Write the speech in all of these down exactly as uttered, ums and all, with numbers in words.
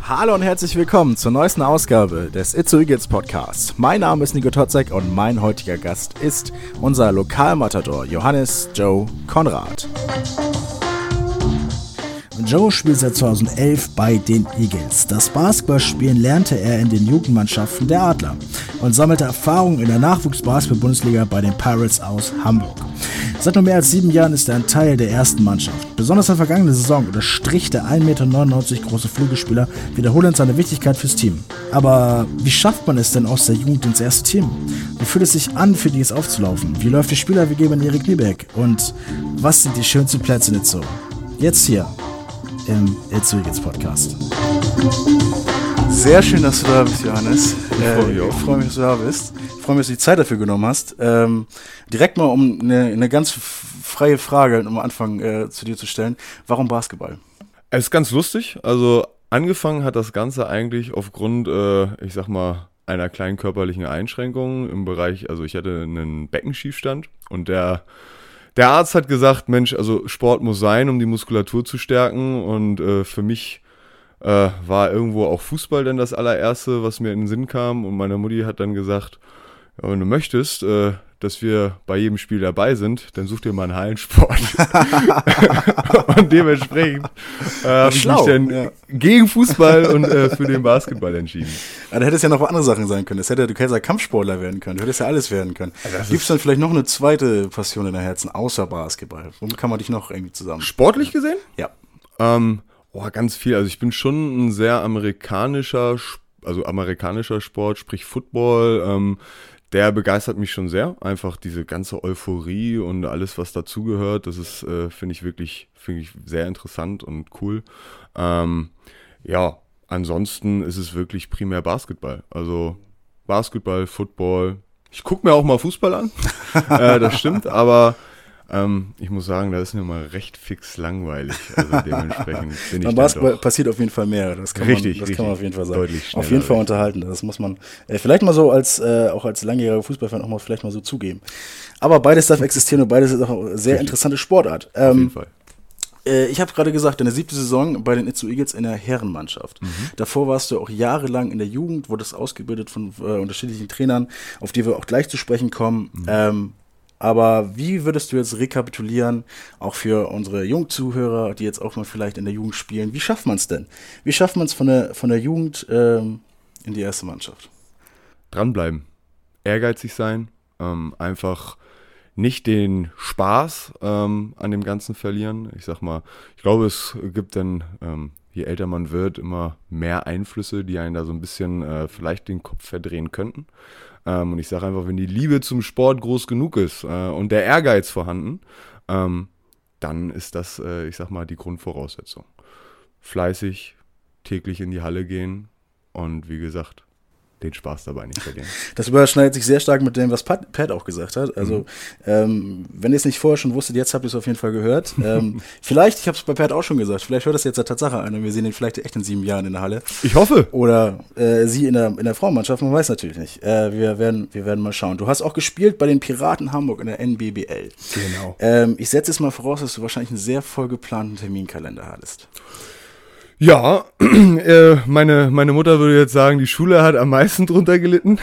Hallo und herzlich willkommen zur neuesten Ausgabe des Itzu Eagles Podcasts. Mein Name ist Nico Totzek und mein heutiger Gast ist unser Lokalmatador Johannes Joe Konrad. Joe spielt seit zweitausendelf bei den Eagles. Das Basketballspielen lernte er in den Jugendmannschaften der Adler und sammelte Erfahrung in der Nachwuchs-Basketball-Bundesliga bei den Pirates aus Hamburg. Seit nur mehr als sieben Jahren ist er ein Teil der ersten Mannschaft. Besonders in der vergangenen Saison unterstrich der ein Meter neunundneunzig große Flügelspieler wiederholend seine Wichtigkeit fürs Team. Aber wie schafft man es denn aus der Jugend ins erste Team? Wie fühlt es sich an, für die es aufzulaufen? Wie läuft die Spieler-W G bei Erik Niebeck? Und was sind die schönsten Plätze in Itzehoe? Jetzt hier im Itzu Eagles Podcast. Sehr schön, dass du da bist, Johannes. Ich freue mich auch. Ich freue mich, dass du da bist. Ich freue mich, dass du die Zeit dafür genommen hast. Ähm, direkt mal, um eine, eine ganz freie Frage am Anfang äh, zu dir zu stellen. Warum Basketball? Es ist ganz lustig. Also angefangen hat das Ganze eigentlich aufgrund, äh, ich sag mal, einer kleinen körperlichen Einschränkung im Bereich, also ich hatte einen Beckenschiefstand und der Der Arzt hat gesagt, Mensch, also Sport muss sein, um die Muskulatur zu stärken, und äh, für mich äh, war irgendwo auch Fußball dann das allererste, was mir in den Sinn kam, und meine Mutti hat dann gesagt, ja, wenn du möchtest, äh, dass wir bei jedem Spiel dabei sind, dann such dir mal einen Hallensport. Und dementsprechend äh, habe ich mich dann ja. gegen Fußball und äh, für den Basketball entschieden. Ja, da hätte es ja noch andere Sachen sein können. Das hätte, du hättest ja Kampfsportler werden können. Du hättest ja alles werden können. Ja, gibt es dann vielleicht noch eine zweite Passion in deinem Herzen, außer Basketball? Womit kann man dich noch irgendwie zusammen? Sportlich gesehen? Ja. Ähm, oh, ganz viel. Also ich bin schon ein sehr amerikanischer, also amerikanischer Sport, sprich Football. Ähm, Der begeistert mich schon sehr. Einfach diese ganze Euphorie und alles, was dazugehört, das ist, äh, finde ich wirklich, finde ich sehr interessant und cool. Ähm, ja, ansonsten ist es wirklich primär Basketball. Also Basketball, Football. Ich gucke mir auch mal Fußball an, äh, das stimmt, aber Ähm, ich muss sagen, da ist mir mal recht fix langweilig. Also dementsprechend bin ich Beim Basketball passiert auf jeden Fall mehr. Das kann richtig, man, das richtig, kann man auf jeden Fall sagen. Deutlich auf jeden Fall unterhalten. Das muss man äh, vielleicht mal so als äh, auch als langjähriger Fußballfan auch mal vielleicht mal so zugeben. Aber beides darf existieren und beides ist auch eine sehr richtig. interessante Sportart. Ähm, auf jeden Fall. Äh, ich habe gerade gesagt, deine siebte Saison bei den Itzu Eagles in der Herrenmannschaft. Mhm. Davor warst du auch jahrelang in der Jugend, wurdest ausgebildet von äh, unterschiedlichen Trainern, auf die wir auch gleich zu sprechen kommen. Mhm. Ähm, Aber wie würdest du jetzt rekapitulieren, auch für unsere Jungzuhörer, die jetzt auch mal vielleicht in der Jugend spielen, wie schafft man es denn? Wie schafft man es von der, von der Jugend ähm, in die erste Mannschaft? Dranbleiben, ehrgeizig sein, ähm, einfach nicht den Spaß ähm, an dem Ganzen verlieren. Ich sag mal, ich glaube, es gibt dann, ähm, je älter man wird, immer mehr Einflüsse, die einen da so ein bisschen äh, vielleicht den Kopf verdrehen könnten. Ähm, und ich sage einfach, wenn die Liebe zum Sport groß genug ist äh, und der Ehrgeiz vorhanden, ähm, dann ist das, äh, ich sag mal, die Grundvoraussetzung. Fleißig, täglich in die Halle gehen und wie gesagt, den Spaß dabei nicht verlieren. Das überschneidet sich sehr stark mit dem, was Pat, Pat auch gesagt hat. Also, mhm. ähm, wenn ihr es nicht vorher schon wusstet, jetzt habt ihr es auf jeden Fall gehört. ähm, vielleicht, ich habe es bei Pat auch schon gesagt, vielleicht hört das jetzt der Tatsache ein und wir sehen ihn vielleicht echt in sieben Jahren in der Halle. Ich hoffe. Oder äh, sie in der, in der Frauenmannschaft, man weiß natürlich nicht. Äh, wir, werden, wir werden mal schauen. Du hast auch gespielt bei den Piraten Hamburg in der N B B L. Genau. Ähm, ich setze jetzt mal voraus, dass du wahrscheinlich einen sehr vollgeplanten Terminkalender hattest. Ja, äh, meine, meine Mutter würde jetzt sagen, die Schule hat am meisten drunter gelitten.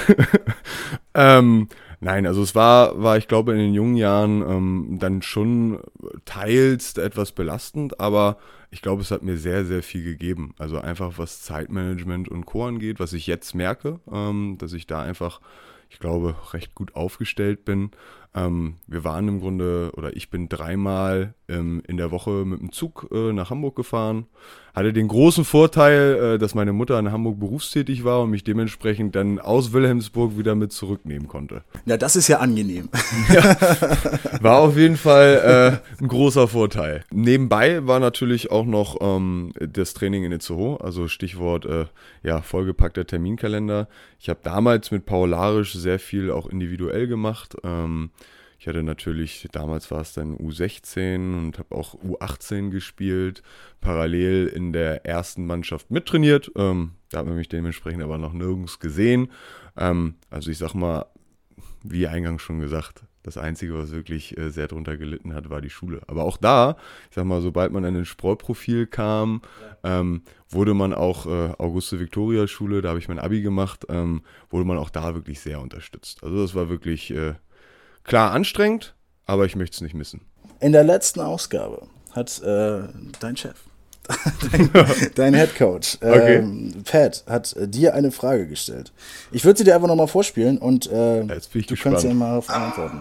ähm, nein, also es war, war ich glaube, in den jungen Jahren ähm, dann schon teils etwas belastend, aber ich glaube, es hat mir sehr, sehr viel gegeben. Also einfach was Zeitmanagement und Co. angeht, was ich jetzt merke, ähm, dass ich da einfach, ich glaube, recht gut aufgestellt bin. Ähm, wir waren im Grunde, oder ich bin dreimal ähm, in der Woche mit dem Zug äh, nach Hamburg gefahren. Hatte den großen Vorteil, äh, dass meine Mutter in Hamburg berufstätig war und mich dementsprechend dann aus Wilhelmsburg wieder mit zurücknehmen konnte. Ja, das ist ja angenehm. Ja, war auf jeden Fall äh, ein großer Vorteil. Nebenbei war natürlich auch noch ähm, das Training in Itzehoe, also Stichwort äh, ja, vollgepackter Terminkalender. Ich habe damals mit Paul Larisch sehr viel auch individuell gemacht. Ähm, Ich hatte natürlich, damals war es dann U sechzehn und habe auch U achtzehn gespielt, parallel in der ersten Mannschaft mittrainiert. Ähm, da hat man mich dementsprechend aber noch nirgends gesehen. Ähm, also ich sag mal, wie eingangs schon gesagt, Das Einzige, was wirklich äh, sehr drunter gelitten hat, war die Schule. Aber auch da, ich sag mal, sobald man in ein Sportprofil kam, ähm, wurde man auch, äh, Auguste-Victoria-Schule, da habe ich mein Abi gemacht, ähm, wurde man auch da wirklich sehr unterstützt. Also das war wirklich äh, klar anstrengend, aber ich möchte es nicht missen. In der letzten Ausgabe hat äh, dein Chef, dein, dein Headcoach, Okay. ähm, Pat, hat äh, dir eine Frage gestellt. Ich würde sie dir einfach nochmal vorspielen und äh, Jetzt bin ich du gespannt. kannst ja mal auf antworten.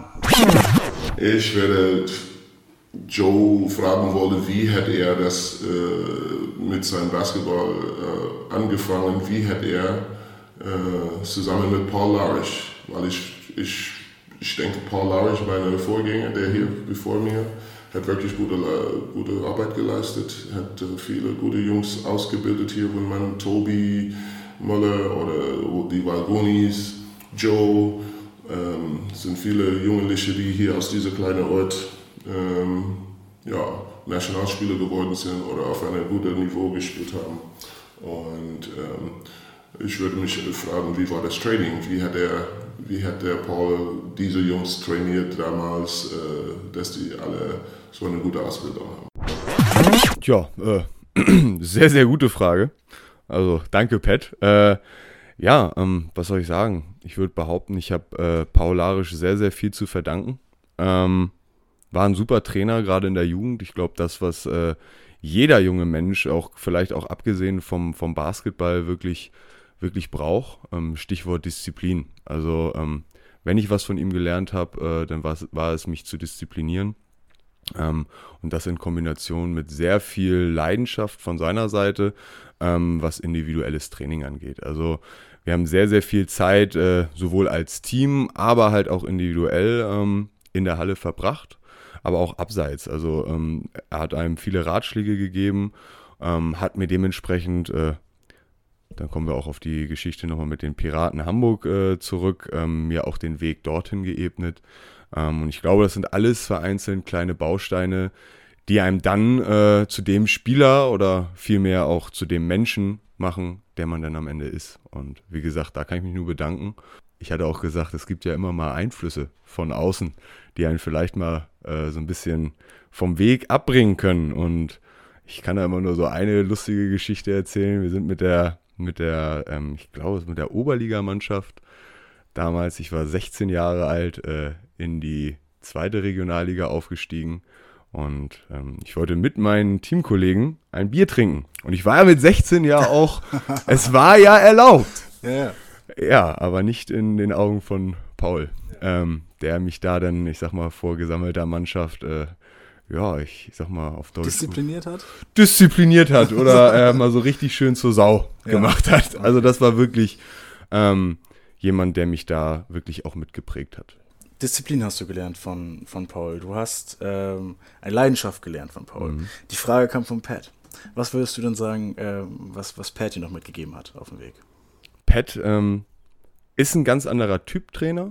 Ich werde Joe fragen wollen, wie hätte er das äh, mit seinem Basketball äh, angefangen, wie hätte er äh, zusammen mit Paul Larish, weil ich, ich, ich denke, Paul Larish, meine Vorgänger, der hier bevor mir, hat wirklich gute, gute Arbeit geleistet, hat äh, viele gute Jungs ausgebildet hier, wenn man Tobi Möller oder die Valgonis, Joe, ähm, sind viele Jugendliche, die hier aus diesem kleinen Ort ähm, ja, Nationalspieler geworden sind oder auf einem guten Niveau gespielt haben. Und ähm, ich würde mich fragen, wie war das Training? Wie hat der, wie hat der Paul diese Jungs trainiert damals, äh, dass die alle so eine gute Ausbildung haben? Tja, äh, sehr, sehr gute Frage. Also danke, Pat. Äh, ja, ähm, was soll ich sagen? Ich würde behaupten, ich habe äh, Paul Larish sehr, sehr viel zu verdanken. Ähm, war ein super Trainer, gerade in der Jugend. Ich glaube, das, was äh, jeder junge Mensch, auch vielleicht auch abgesehen vom, vom Basketball, wirklich, wirklich braucht. Ähm, Stichwort Disziplin. Also ähm, wenn ich was von ihm gelernt habe, äh, dann war es, mich zu disziplinieren. Ähm, und das in Kombination mit sehr viel Leidenschaft von seiner Seite, ähm, was individuelles Training angeht. Also wir haben sehr, sehr viel Zeit, äh, sowohl als Team, aber halt auch individuell ähm, in der Halle verbracht, aber auch abseits. Also ähm, er hat einem viele Ratschläge gegeben, ähm, hat mir dementsprechend, äh, dann kommen wir auch auf die Geschichte nochmal mit den Piraten Hamburg äh, zurück, ähm, mir auch den Weg dorthin geebnet. Ähm, und ich glaube, das sind alles vereinzelt kleine Bausteine, die einem dann äh, zu dem Spieler oder vielmehr auch zu dem Menschen machen, der man dann am Ende ist. Und wie gesagt, da kann ich mich nur bedanken. Ich hatte auch gesagt, es gibt ja immer mal Einflüsse von außen, die einen vielleicht mal äh, so ein bisschen vom Weg abbringen können. Und ich kann da immer nur so eine lustige Geschichte erzählen. Wir sind mit der, mit der, ähm, ich glaube, mit der Oberligamannschaft damals, ich war sechzehn Jahre alt, äh, in die zweite Regionalliga aufgestiegen. Und ähm, ich wollte mit meinen Teamkollegen ein Bier trinken. Und ich war ja mit sechzehn ja auch, es war ja erlaubt. Ja, ja. Ja, aber nicht in den Augen von Paul, ähm, der mich da dann, ich sag mal, vor gesammelter Mannschaft, äh, ja, ich, ich sag mal auf Deutsch. Diszipliniert hat? Diszipliniert hat oder äh, mal so richtig schön zur Sau Ja. gemacht hat. Also das war wirklich ähm, jemand, der mich da wirklich auch mitgeprägt hat. Disziplin hast du gelernt von, von Paul. Du hast ähm, eine Leidenschaft gelernt von Paul. Mhm. Die Frage kam von Pat. Was würdest du denn sagen, ähm, was, was Pat dir noch mitgegeben hat auf dem Weg? Pat ähm, ist ein ganz anderer Typ Trainer,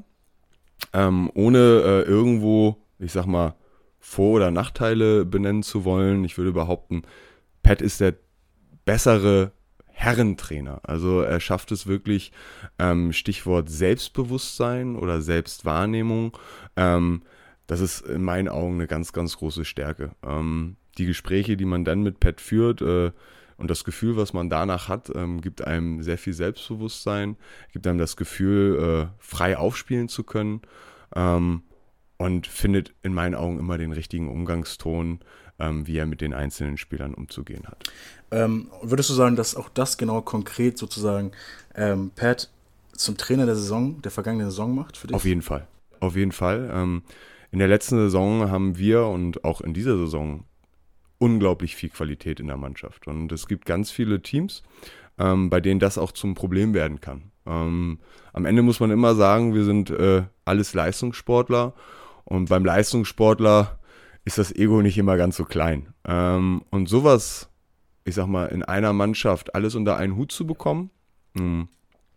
ähm, ohne äh, irgendwo, ich sag mal, Vor- oder Nachteile benennen zu wollen. Ich würde behaupten, Pat ist der bessere Herrentrainer. Also er schafft es wirklich, ähm, Stichwort Selbstbewusstsein oder Selbstwahrnehmung, ähm, das ist in meinen Augen eine ganz, ganz große Stärke. Ähm, die Gespräche, die man dann mit Pat führt, äh, und das Gefühl, was man danach hat, ähm, gibt einem sehr viel Selbstbewusstsein, gibt einem das Gefühl, äh, frei aufspielen zu können, ähm, und findet in meinen Augen immer den richtigen Umgangston, ähm, wie er mit den einzelnen Spielern umzugehen hat. Ähm, würdest du sagen, dass auch das genau konkret sozusagen ähm, Pat zum Trainer der Saison, der vergangenen Saison macht für dich? Auf jeden Fall. Auf jeden Fall. Ähm, in der letzten Saison haben wir und auch in dieser Saison unglaublich viel Qualität in der Mannschaft. Und es gibt ganz viele Teams, ähm, bei denen das auch zum Problem werden kann. Ähm, am Ende muss man immer sagen, wir sind äh, alles Leistungssportler. Und beim Leistungssportler ist das Ego nicht immer ganz so klein. Ähm, und sowas, ich sag mal, in einer Mannschaft alles unter einen Hut zu bekommen, mh,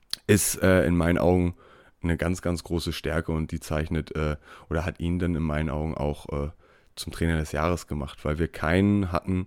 ist äh, in meinen Augen eine ganz, ganz große Stärke und die zeichnet äh, oder hat ihn dann in meinen Augen auch äh, zum Trainer des Jahres gemacht, weil wir keinen hatten,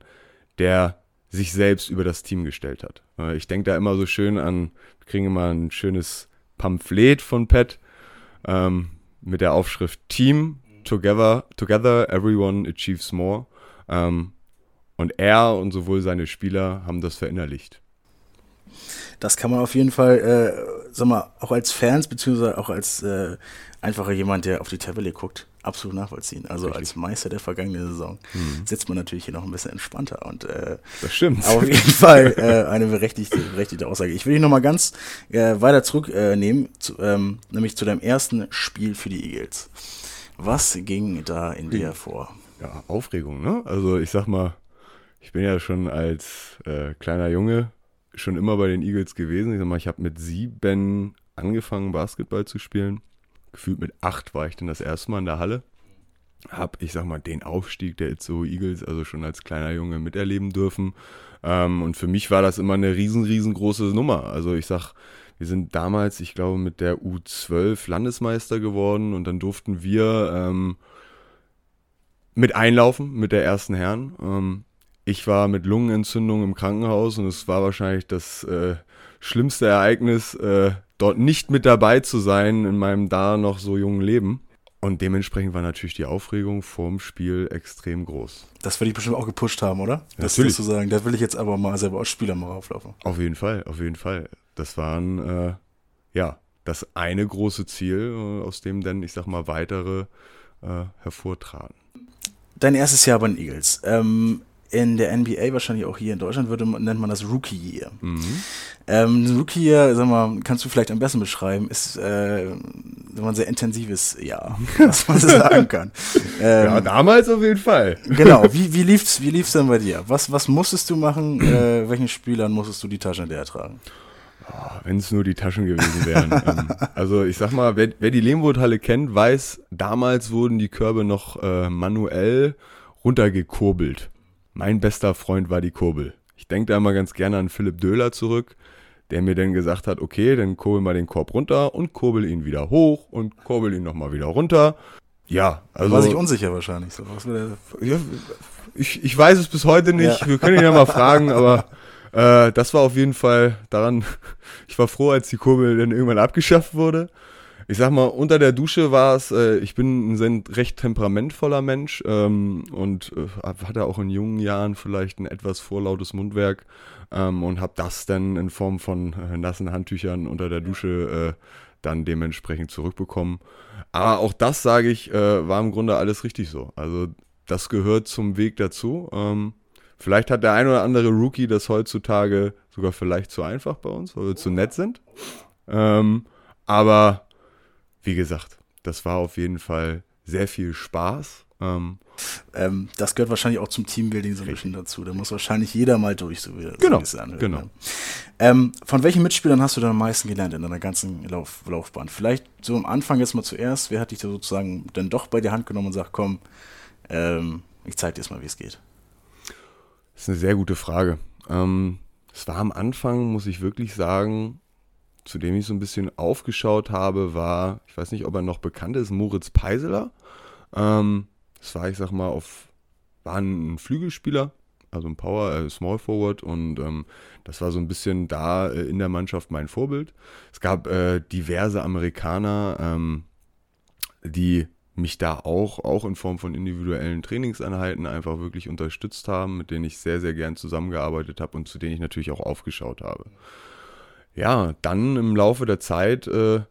der sich selbst über das Team gestellt hat. Äh, ich denke da immer so schön an, wir kriegen immer ein schönes Pamphlet von Pat, ähm, mit der Aufschrift Team, Together, together everyone achieves more. Ähm, und er und sowohl seine Spieler haben das verinnerlicht. Das kann man auf jeden Fall, äh, sag mal, auch als Fans, beziehungsweise auch als äh, einfacher jemand, der auf die Tabelle guckt, absolut nachvollziehen. Also Richtig. Als Meister der vergangenen Saison mhm. sitzt man natürlich hier noch ein bisschen entspannter. Und, äh, das stimmt. Aber auf jeden Fall äh, eine berechtigte, berechtigte Aussage. Ich will dich nochmal ganz äh, weiter zurücknehmen, äh, zu, ähm, nämlich zu deinem ersten Spiel für die Eagles. Was ging da in dir vor? Ja, Aufregung, ne? Also ich sag mal, ich bin ja schon als äh, kleiner Junge schon immer bei den Eagles gewesen. Ich sag mal, ich habe mit sieben angefangen, Basketball zu spielen. Gefühlt mit acht war ich dann das erste Mal in der Halle. Hab, ich sag mal, den Aufstieg der Itzehoe Eagles also schon als kleiner Junge miterleben dürfen. Ähm, und für mich war das immer eine riesen, riesengroße Nummer. Also ich sag, wir sind damals, ich glaube, mit der U zwölf Landesmeister geworden und dann durften wir ähm, mit einlaufen mit der ersten Herren. Ähm, ich war mit Lungenentzündung im Krankenhaus und es war wahrscheinlich das äh, schlimmste Ereignis, äh, dort nicht mit dabei zu sein in meinem da noch so jungen Leben. Und dementsprechend war natürlich die Aufregung vorm Spiel extrem groß. Das würde ich bestimmt auch gepusht haben, oder? Das natürlich. Zu sagen, da will ich jetzt aber mal selber als Spieler mal rauflaufen. Auf jeden Fall, auf jeden Fall. Das waren, äh, ja, das eine große Ziel, äh, aus dem dann, ich sag mal, weitere äh, hervortraten. Dein erstes Jahr bei den Eagles. Ähm, in der N B A, wahrscheinlich auch hier in Deutschland, würde man, nennt man das Rookie Year. Mhm. Ähm, Rookie Year, sag mal, kannst du vielleicht am besten beschreiben, ist äh, ein sehr intensives Jahr, was man so sagen kann. Ähm, ja, damals auf jeden Fall. Genau, wie, wie lief's, wie lief's denn bei dir? Was, was musstest du machen? Äh, welchen Spielern musstest du die Taschen leer tragen? Oh, wenn es nur die Taschen gewesen wären. ähm, also ich sag mal, wer, wer die Lehmwood-Halle kennt, weiß, damals wurden die Körbe noch äh, manuell runtergekurbelt. Mein bester Freund war die Kurbel. Ich denke da immer ganz gerne an Philipp Döhler zurück, der mir dann gesagt hat, okay, dann kurbel mal den Korb runter und kurbel ihn wieder hoch und kurbel ihn nochmal wieder runter. Ja, also... War sich unsicher wahrscheinlich. So. Was will der ja, ich, ich weiß es bis heute nicht, ja. Wir können ihn ja mal fragen, aber äh, das war auf jeden Fall daran, ich war froh, als die Kurbel dann irgendwann abgeschafft wurde. Ich sag mal, unter der Dusche war es, äh, ich bin ein recht temperamentvoller Mensch ähm, und äh, hatte auch in jungen Jahren vielleicht ein etwas vorlautes Mundwerk ähm, und habe das dann in Form von äh, nassen Handtüchern unter der Dusche äh, dann dementsprechend zurückbekommen. Aber auch das, sage ich, äh, war im Grunde alles richtig so. Also das gehört zum Weg dazu. Ähm, vielleicht hat der ein oder andere Rookie das heutzutage sogar vielleicht zu einfach bei uns, weil wir zu nett sind. Ähm, aber wie gesagt, das war auf jeden Fall sehr viel Spaß. Ähm, ähm, das gehört wahrscheinlich auch zum Teambuilding so ein bisschen dazu. Da muss wahrscheinlich jeder mal durch, so wie das genau, so anhört, genau. Ne? Ähm, von welchen Mitspielern hast du denn am meisten gelernt in deiner ganzen Lauf, Laufbahn? Vielleicht so am Anfang jetzt mal zuerst. Wer hat dich da sozusagen dann doch bei der Hand genommen und sagt, komm, ähm, ich zeig dir jetzt mal, wie es geht? Das ist eine sehr gute Frage. Ähm, es war am Anfang, muss ich wirklich sagen, zu dem ich so ein bisschen aufgeschaut habe, war, ich weiß nicht, ob er noch bekannt ist, Moritz Peiseler. Ähm, das war, ich sag mal, auf, war ein Flügelspieler, also ein Power, äh, Small Forward und ähm, das war so ein bisschen da äh, in der Mannschaft mein Vorbild. Es gab äh, diverse Amerikaner, ähm, die mich da auch, auch in Form von individuellen Trainingseinheiten einfach wirklich unterstützt haben, mit denen ich sehr, sehr gern zusammengearbeitet habe und zu denen ich natürlich auch aufgeschaut habe. Ja, dann im Laufe der Zeit äh,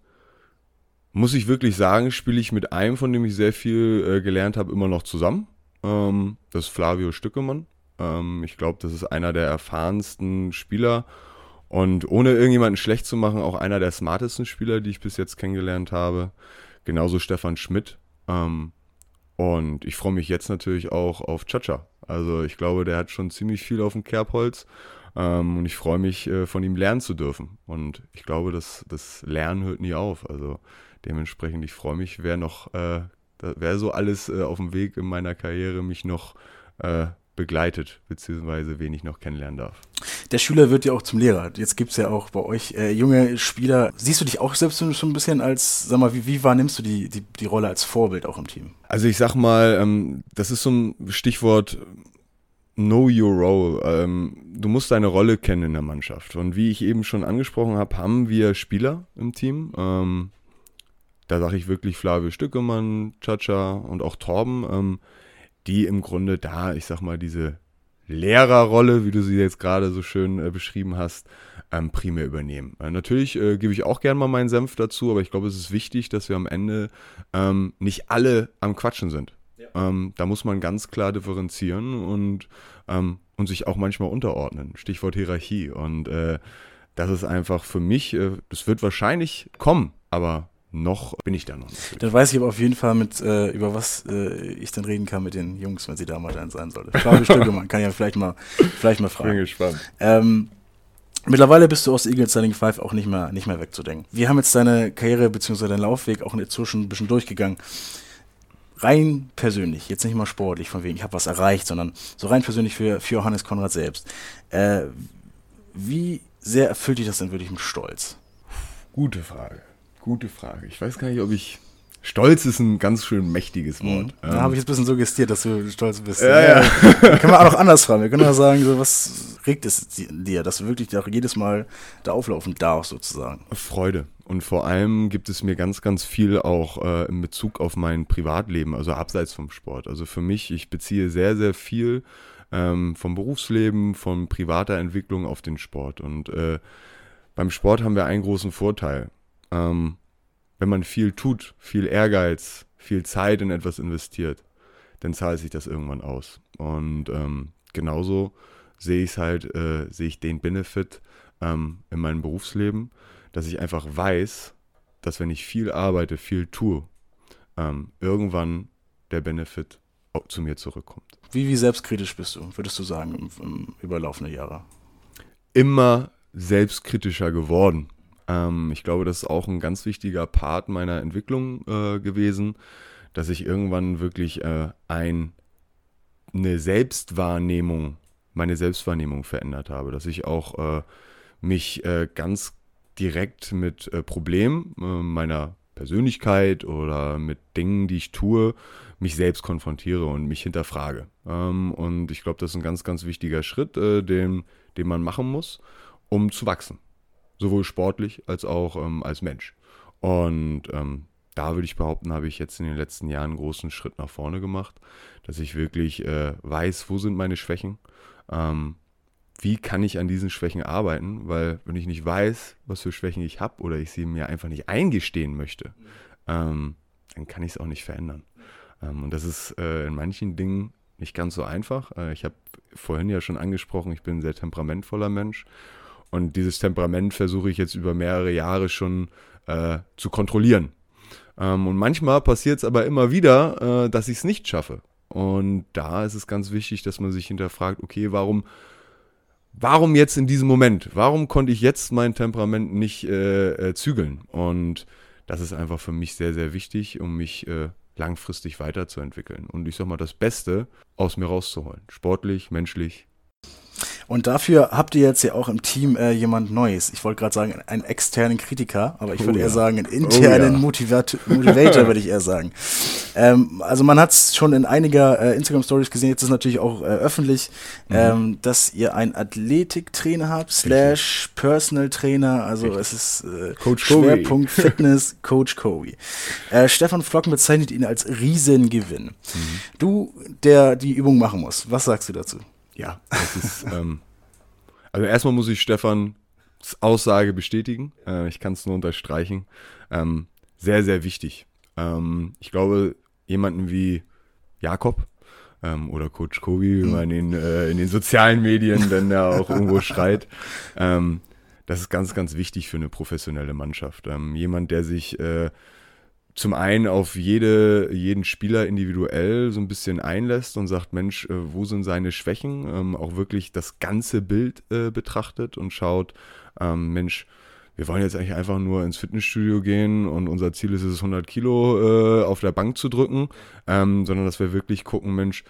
muss ich wirklich sagen, spiele ich mit einem, von dem ich sehr viel äh, gelernt habe, immer noch zusammen. Ähm, das ist Flavio Stückemann. Ähm, ich glaube, das ist einer der erfahrensten Spieler und ohne irgendjemanden schlecht zu machen, auch einer der smartesten Spieler, die ich bis jetzt kennengelernt habe. Genauso Stefan Schmidt. Ähm, und ich freue mich jetzt natürlich auch auf Chacha. Also ich glaube, der hat schon ziemlich viel auf dem Kerbholz. Ähm, und ich freue mich, äh, von ihm lernen zu dürfen. Und ich glaube, dass das Lernen hört nie auf. Also dementsprechend, ich freue mich, wer noch, äh, wer so alles äh, auf dem Weg in meiner Karriere mich noch äh, begleitet, beziehungsweise wen ich noch kennenlernen darf. Der Schüler wird ja auch zum Lehrer. Jetzt gibt es ja auch bei euch äh, junge Spieler. Siehst du dich auch selbst schon ein bisschen als, sag mal, wie, wie wahrnimmst du die, die, die Rolle als Vorbild auch im Team? Also ich sag mal, ähm, das ist so ein Stichwort Know your role. Ähm, du musst deine Rolle kennen in der Mannschaft. Und wie ich eben schon angesprochen habe, haben wir Spieler im Team. Ähm, da sage ich wirklich Flavio Stückemann, Chacha und auch Torben, ähm, die im Grunde da, ich sag mal, diese Lehrerrolle, wie du sie jetzt gerade so schön äh, beschrieben hast, ähm, primär übernehmen. Äh, natürlich äh, gebe ich auch gerne mal meinen Senf dazu, aber ich glaube, es ist wichtig, dass wir am Ende ähm, nicht alle am Quatschen sind. Ja. Ähm, da muss man ganz klar differenzieren und, ähm, und sich auch manchmal unterordnen. Stichwort Hierarchie. Und äh, das ist einfach für mich, äh, das wird wahrscheinlich kommen, aber noch bin ich da noch nicht. Dann weiß ich aber auf jeden Fall, mit äh, über was äh, ich dann reden kann mit den Jungs, wenn sie da mal dann sein sollte. Flavio Stückemann kann ja vielleicht mal, vielleicht mal fragen. Bin gespannt. Ähm, mittlerweile bist du aus Eagles Starting Five auch nicht mehr, nicht mehr wegzudenken. Wir haben jetzt deine Karriere bzw. deinen Laufweg auch inzwischen ein bisschen durchgegangen. Rein persönlich, jetzt nicht mal sportlich, von wegen ich habe was erreicht, sondern so rein persönlich für, für Johannes Konrad selbst. Äh, wie sehr erfüllt dich das denn wirklich mit Stolz? Gute Frage. Gute Frage. Ich weiß gar nicht, ob ich... Stolz ist ein ganz schön mächtiges Wort. Mhm. Da ähm. habe ich jetzt ein bisschen suggestiert, dass du stolz bist. Ja, ja. ja. Können wir auch noch anders fragen. Wir können auch sagen, so, was regt es dir, dass du wirklich auch jedes Mal da auflaufen darfst, sozusagen? Freude. Und vor allem gibt es mir ganz, ganz viel auch äh, in Bezug auf mein Privatleben, also abseits vom Sport. Also für mich, ich beziehe sehr, sehr viel ähm, vom Berufsleben, von privater Entwicklung auf den Sport. Und äh, beim Sport haben wir einen großen Vorteil. Ähm, wenn man viel tut, viel Ehrgeiz, viel Zeit in etwas investiert, dann zahlt sich das irgendwann aus. Und ähm, genauso sehe ich es halt, äh, sehe ich den Benefit ähm, in meinem Berufsleben, dass ich einfach weiß, dass wenn ich viel arbeite, viel tue, ähm, irgendwann der Benefit auch zu mir zurückkommt. Wie, wie selbstkritisch bist du, würdest du sagen, im, im Überlauf der Jahre? Immer selbstkritischer geworden. Ähm, ich glaube, das ist auch ein ganz wichtiger Part meiner Entwicklung äh, gewesen, dass ich irgendwann wirklich äh, ein, eine Selbstwahrnehmung, meine Selbstwahrnehmung verändert habe, dass ich auch äh, mich äh, ganz direkt mit äh, Problemen äh, meiner Persönlichkeit oder mit Dingen, die ich tue, mich selbst konfrontiere und mich hinterfrage. Ähm, und ich glaube, das ist ein ganz, ganz wichtiger Schritt, äh, den, den man machen muss, um zu wachsen. Sowohl sportlich als auch ähm, als Mensch. Und ähm, da würde ich behaupten, habe ich jetzt in den letzten Jahren einen großen Schritt nach vorne gemacht, dass ich wirklich äh, weiß, wo sind meine Schwächen, ähm, wie kann ich an diesen Schwächen arbeiten, weil wenn ich nicht weiß, was für Schwächen ich habe oder ich sie mir einfach nicht eingestehen möchte, ähm, dann kann ich es auch nicht verändern. Ähm, und das ist äh, in manchen Dingen nicht ganz so einfach. Äh, ich habe vorhin ja schon angesprochen, ich bin ein sehr temperamentvoller Mensch. Und dieses Temperament versuche ich jetzt über mehrere Jahre schon äh, zu kontrollieren. Ähm, und manchmal passiert es aber immer wieder, äh, dass ich es nicht schaffe. Und da ist es ganz wichtig, dass man sich hinterfragt, okay, warum, warum jetzt in diesem Moment? Warum konnte ich jetzt mein Temperament nicht äh, äh, zügeln? Und das ist einfach für mich sehr, sehr wichtig, um mich äh, langfristig weiterzuentwickeln. Und ich sag mal, das Beste aus mir rauszuholen. Sportlich, menschlich. Und dafür habt ihr jetzt ja auch im Team äh, jemand Neues. Ich wollte gerade sagen, einen externen Kritiker, aber ich würde oh, eher ja. sagen, einen internen oh, ja. Motivat- Motivator, würde ich eher sagen. Ähm, also man hat es schon in einiger äh, Instagram-Stories gesehen, jetzt ist es natürlich auch äh, öffentlich, mhm. ähm, dass ihr einen Athletiktrainer habt, slash Personal Trainer, also Richtig. es ist äh, Coach Schwerpunkt Fitness, Coach Cowie. Äh, Stefan Flocken bezeichnet ihn als Riesengewinn. Mhm. Du, der die Übung machen muss, was sagst du dazu? Ja, das ist, ähm, also erstmal muss ich Stefans Aussage bestätigen. Äh, ich kann es nur unterstreichen. Ähm, sehr, sehr wichtig. Ähm, ich glaube, jemanden wie Jakob ähm, oder Coach Cowie, wie man ihn äh, in den sozialen Medien dann ja auch irgendwo schreit, ähm, das ist ganz, ganz wichtig für eine professionelle Mannschaft. Ähm, jemand, der sich äh, zum einen auf jede, jeden Spieler individuell so ein bisschen einlässt und sagt, Mensch, äh, wo sind seine Schwächen? Ähm, auch wirklich das ganze Bild äh, betrachtet und schaut, ähm, Mensch, wir wollen jetzt eigentlich einfach nur ins Fitnessstudio gehen und unser Ziel ist es, hundert Kilo äh, auf der Bank zu drücken, ähm, sondern dass wir wirklich gucken, Mensch,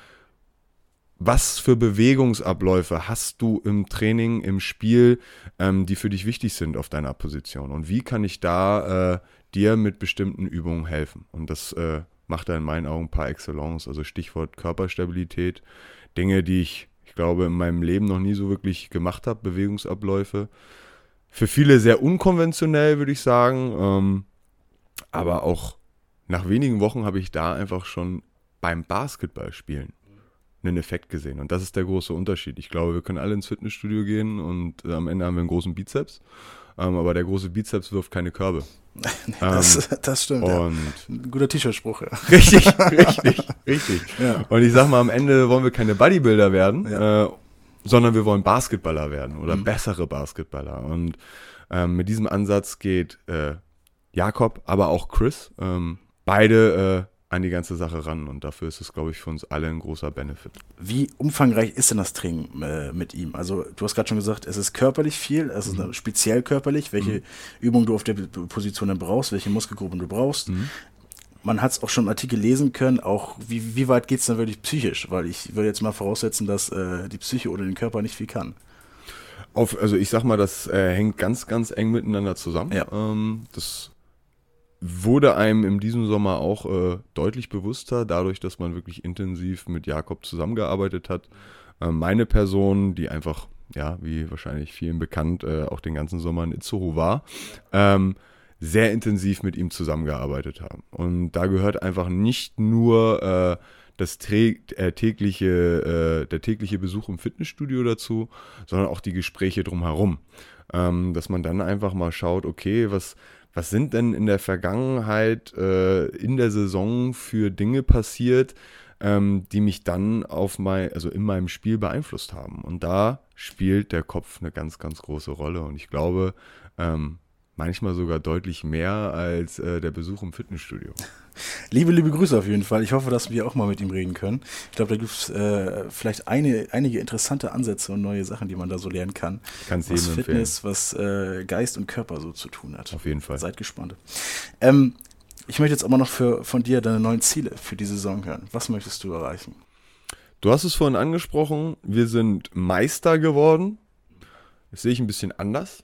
was für Bewegungsabläufe hast du im Training, im Spiel, ähm, die für dich wichtig sind auf deiner Position? Und wie kann ich da äh, dir mit bestimmten Übungen helfen? Und das äh, macht er in meinen Augen par excellence. Also Stichwort Körperstabilität. Dinge, die ich, ich glaube, in meinem Leben noch nie so wirklich gemacht habe, Bewegungsabläufe. Für viele sehr unkonventionell, würde ich sagen. Ähm, Aber auch nach wenigen Wochen habe ich da einfach schon beim Basketballspielen einen Effekt gesehen. Und das ist der große Unterschied. Ich glaube, wir können alle ins Fitnessstudio gehen und äh, am Ende haben wir einen großen Bizeps. Ähm, aber der große Bizeps wirft keine Körbe. das, ähm, das stimmt, und ja. Ein guter T-Shirt-Spruch, ja. Richtig, richtig, richtig. Ja. Und ich sag mal, am Ende wollen wir keine Bodybuilder werden, Ja. äh, sondern wir wollen Basketballer werden oder Mhm. bessere Basketballer. Und ähm, mit diesem Ansatz geht äh, Jakob, aber auch Chris, ähm, beide äh, an die ganze Sache ran. Und dafür ist es, glaube ich, für uns alle ein großer Benefit. Wie umfangreich ist denn das Training äh, mit ihm? Also du hast gerade schon gesagt, es ist körperlich viel, es ist Mhm. speziell körperlich, welche Mhm. Übungen du auf der P- Position dann brauchst, welche Muskelgruppen du brauchst. Mhm. Man hat es auch schon im Artikel lesen können, auch wie, wie weit geht es dann wirklich psychisch? Weil ich würde jetzt mal voraussetzen, dass äh, die Psyche oder den Körper nicht viel kann. Auf, also ich sag mal, das äh, hängt ganz, ganz eng miteinander zusammen. Ja. Ähm, das wurde einem in diesem Sommer auch äh, deutlich bewusster, dadurch, dass man wirklich intensiv mit Jakob zusammengearbeitet hat. Äh, meine Person, die einfach, ja, wie wahrscheinlich vielen bekannt, äh, auch den ganzen Sommer in Itzehoe war, ähm, sehr intensiv mit ihm zusammengearbeitet haben. Und da gehört einfach nicht nur äh, das trä- äh, tägliche, äh, der tägliche Besuch im Fitnessstudio dazu, sondern auch die Gespräche drumherum. Ähm, dass man dann einfach mal schaut, okay, was, was sind denn in der Vergangenheit äh, in der Saison für Dinge passiert, ähm, die mich dann auf mein, also in meinem Spiel beeinflusst haben. Und da spielt der Kopf eine ganz, ganz große Rolle. Und ich glaube, ähm, manchmal sogar deutlich mehr als äh, der Besuch im Fitnessstudio. Liebe, liebe Grüße auf jeden Fall. Ich hoffe, dass wir auch mal mit ihm reden können. Ich glaube, da gibt es äh, vielleicht eine, einige interessante Ansätze und neue Sachen, die man da so lernen kann. Kannst Was jedem Fitness, was äh, Geist und Körper so zu tun hat. Auf jeden Fall. Seid gespannt. Ähm, ich möchte jetzt aber noch für, von dir deine neuen Ziele für die Saison hören. Was möchtest du erreichen? Du hast es vorhin angesprochen, wir sind Meister geworden. Das sehe ich ein bisschen anders,